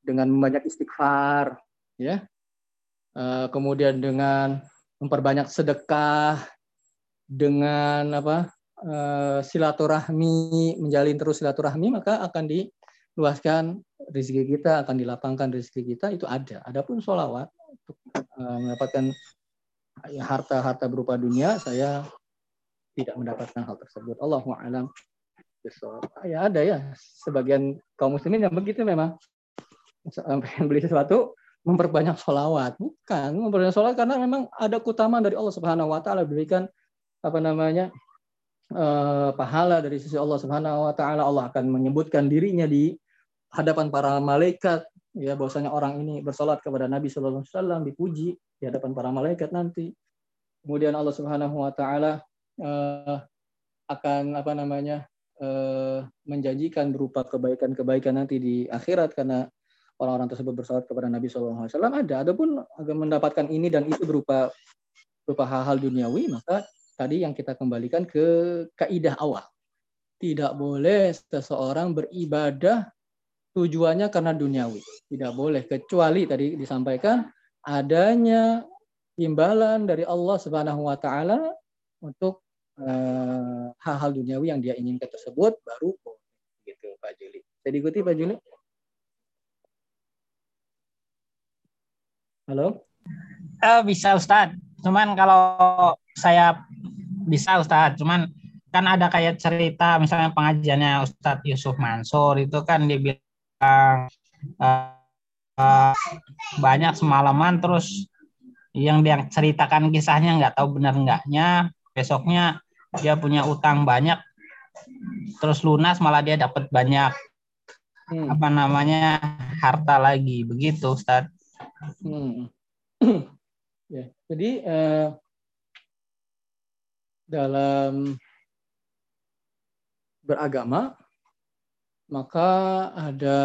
dengan banyak istighfar, ya. Uh, kemudian dengan memperbanyak sedekah, dengan apa uh, silaturahmi, menjalin terus silaturahmi, maka akan diluaskan rezeki kita, akan dilapangkan rezeki kita, itu ada. Adapun sholawat untuk uh, mendapatkan harta-harta berupa dunia, saya tidak mendapatkan hal tersebut. Allahu a'lam. Ya ada ya sebagian kaum muslimin yang begitu memang, pengen beli sesuatu memperbanyak sholawat, bukan memperbanyak sholawat karena memang ada keutamaan dari Allah Subhanahu Wa Taala, diberikan apa namanya eh, pahala dari sisi Allah Subhanahu Wa Taala. Allah akan menyebutkan dirinya di hadapan para malaikat, ya bahwasanya orang ini bersolat kepada Nabi Sallallahu Alaihi Wasallam, dipuji di hadapan para malaikat nanti. Kemudian Allah Subhanahu Wa Taala eh, akan apa namanya eh, menjanjikan berupa kebaikan-kebaikan nanti di akhirat karena orang-orang tersebut bersolat kepada Nabi Shallallahu Alaihi Wasallam. Ada, adapun agar mendapatkan ini dan itu berupa berupa hal-hal duniawi, maka tadi yang kita kembalikan ke kaidah awal, tidak boleh seseorang beribadah tujuannya karena duniawi, tidak boleh, kecuali tadi disampaikan adanya imbalan dari Allah Subhanahu Wa Taala untuk uh, hal-hal duniawi yang dia inginkan tersebut, baru gitu Pak Juli. Saya diikuti Pak Juli? Halo? Uh, bisa Ustadz. Cuman kalau saya bisa Ustadz, cuman kan ada kayak cerita misalnya pengajiannya Ustadz Yusuf Mansur itu kan dia bilang uh, uh, banyak semalaman, terus yang dia ceritakan kisahnya nggak tahu benar enggaknya, besoknya dia punya utang banyak, terus lunas malah dia dapat banyak hmm. apa namanya harta lagi, begitu Ustadz. Hmm. Ya, jadi eh, dalam beragama maka ada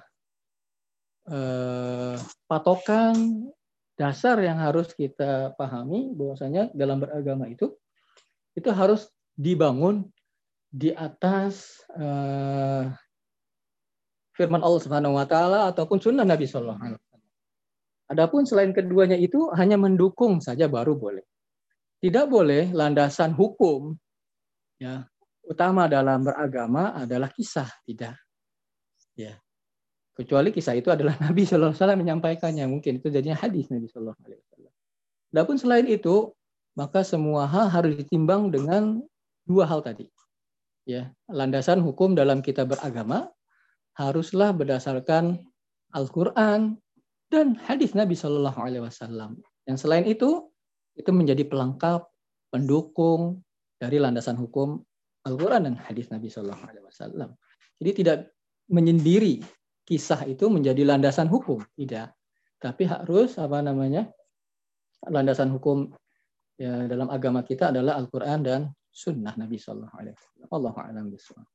eh, patokan dasar yang harus kita pahami, bahwasanya dalam beragama itu itu harus dibangun di atas eh, firman Allah Subhanahu Wa Taala ataupun sunnah Nabi Sallallahu Alaihi Wasallam. Adapun selain keduanya itu hanya mendukung saja baru boleh. Tidak boleh landasan hukum ya utama dalam beragama adalah kisah, tidak. Ya. Kecuali kisah itu adalah Nabi Sallallahu Alaihi Wasallam menyampaikannya, mungkin itu jadinya hadis Nabi Sallallahu Alaihi Wasallam. Adapun selain itu, maka semua hal harus ditimbang dengan dua hal tadi. Ya, landasan hukum dalam kita beragama haruslah berdasarkan Al-Qur'an dan hadis Nabi Shallallahu Alaihi Wasallam. Yang selain itu, itu menjadi pelengkap, pendukung dari landasan hukum Al-Quran dan hadis Nabi Shallallahu Alaihi Wasallam. Jadi tidak menyendiri kisah itu menjadi landasan hukum, tidak. Tapi harus apa namanya landasan hukum ya dalam agama kita adalah Al-Quran dan Sunnah Nabi Shallallahu Alaihi Wasallam. Allahu a'lam bishawab.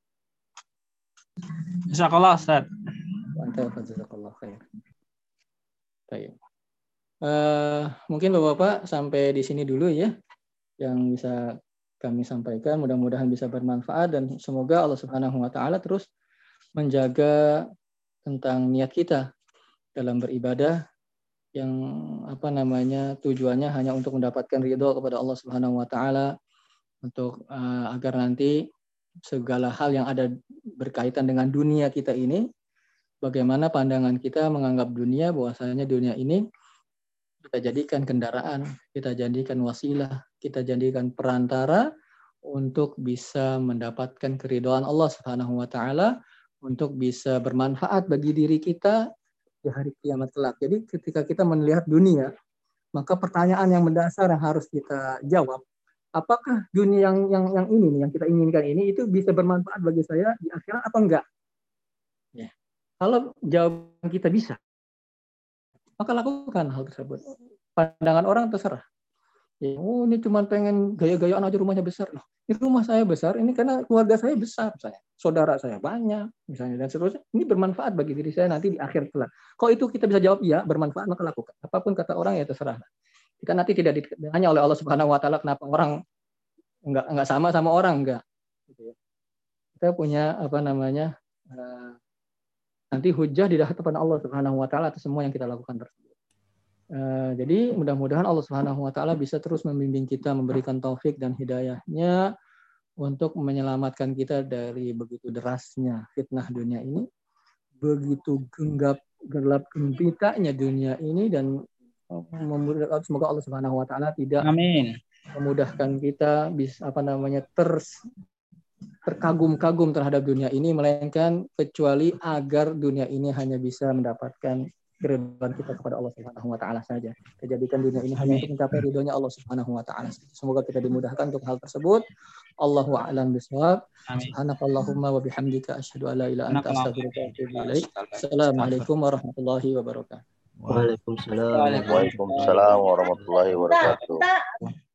Jazakallah Ustaz. Wa anta jazakallah khair. Baik. Uh, mungkin Bapak-Bapak sampai di sini dulu ya yang bisa kami sampaikan. Mudah-mudahan bisa bermanfaat dan semoga Allah Subhanahu Wa Taala terus menjaga tentang niat kita dalam beribadah yang apa namanya tujuannya hanya untuk mendapatkan ridho kepada Allah Subhanahu Wa Taala, untuk uh, agar nanti segala hal yang ada berkaitan dengan dunia kita ini, bagaimana pandangan kita menganggap dunia, bahwasanya dunia ini kita jadikan kendaraan, kita jadikan wasilah, kita jadikan perantara untuk bisa mendapatkan keridhaan Allah Subhanahu Wa Taala, untuk bisa bermanfaat bagi diri kita di hari kiamat kelak. Jadi ketika kita melihat dunia, maka pertanyaan yang mendasar yang harus kita jawab, apakah dunia yang yang yang ini nih, yang kita inginkan ini itu bisa bermanfaat bagi saya di akhirat apa enggak? Ya. Kalau jawaban kita bisa, maka lakukan hal tersebut. Pandangan orang terserah. Ya, oh ini cuma pengen gaya-gayaan aja rumahnya besar. Loh, ini rumah saya besar, ini karena keluarga saya besar, misalnya. Saudara saya banyak, misalnya, dan seterusnya. Ini bermanfaat bagi diri saya nanti di akhir kelak. Kalau itu kita bisa jawab iya, bermanfaat, maka lakukan. Apapun kata orang ya terserah. Kita nanti tidak ditanya oleh Allah Subhanahu Wa Taala kenapa orang enggak enggak sama sama orang enggak. Kita punya apa namanya nanti hujah di hadapan Allah Subhanahu wa taala atas semua yang kita lakukan tersebut. Uh, jadi mudah-mudahan Allah Subhanahu wa taala bisa terus membimbing kita, memberikan taufik dan hidayahnya untuk menyelamatkan kita dari begitu derasnya fitnah dunia ini, begitu genggap gelap gempitanya dunia ini, dan semoga Allah Subhanahu wa taala tidak Amin. memudahkan kita bisa apa namanya ter terkagum-kagum terhadap dunia ini, melainkan kecuali agar dunia ini hanya bisa mendapatkan keridhaan kita kepada Allah Subhanahu wa taala saja. Kejadikan dunia ini hanya untuk mencapai ridhonya Allah Subhanahu wa taala. Semoga kita dimudahkan untuk hal tersebut. Allahu a'lam bishawab. Subhanakallahumma wa bihamdika asyhadu an la ilaha illa anta astaghfiruka wa atubu ilaik. Assalamualaikum warahmatullahi wabarakatuh. Waalaikumsalam. Waalaikumsalam warahmatullahi wabarakatuh.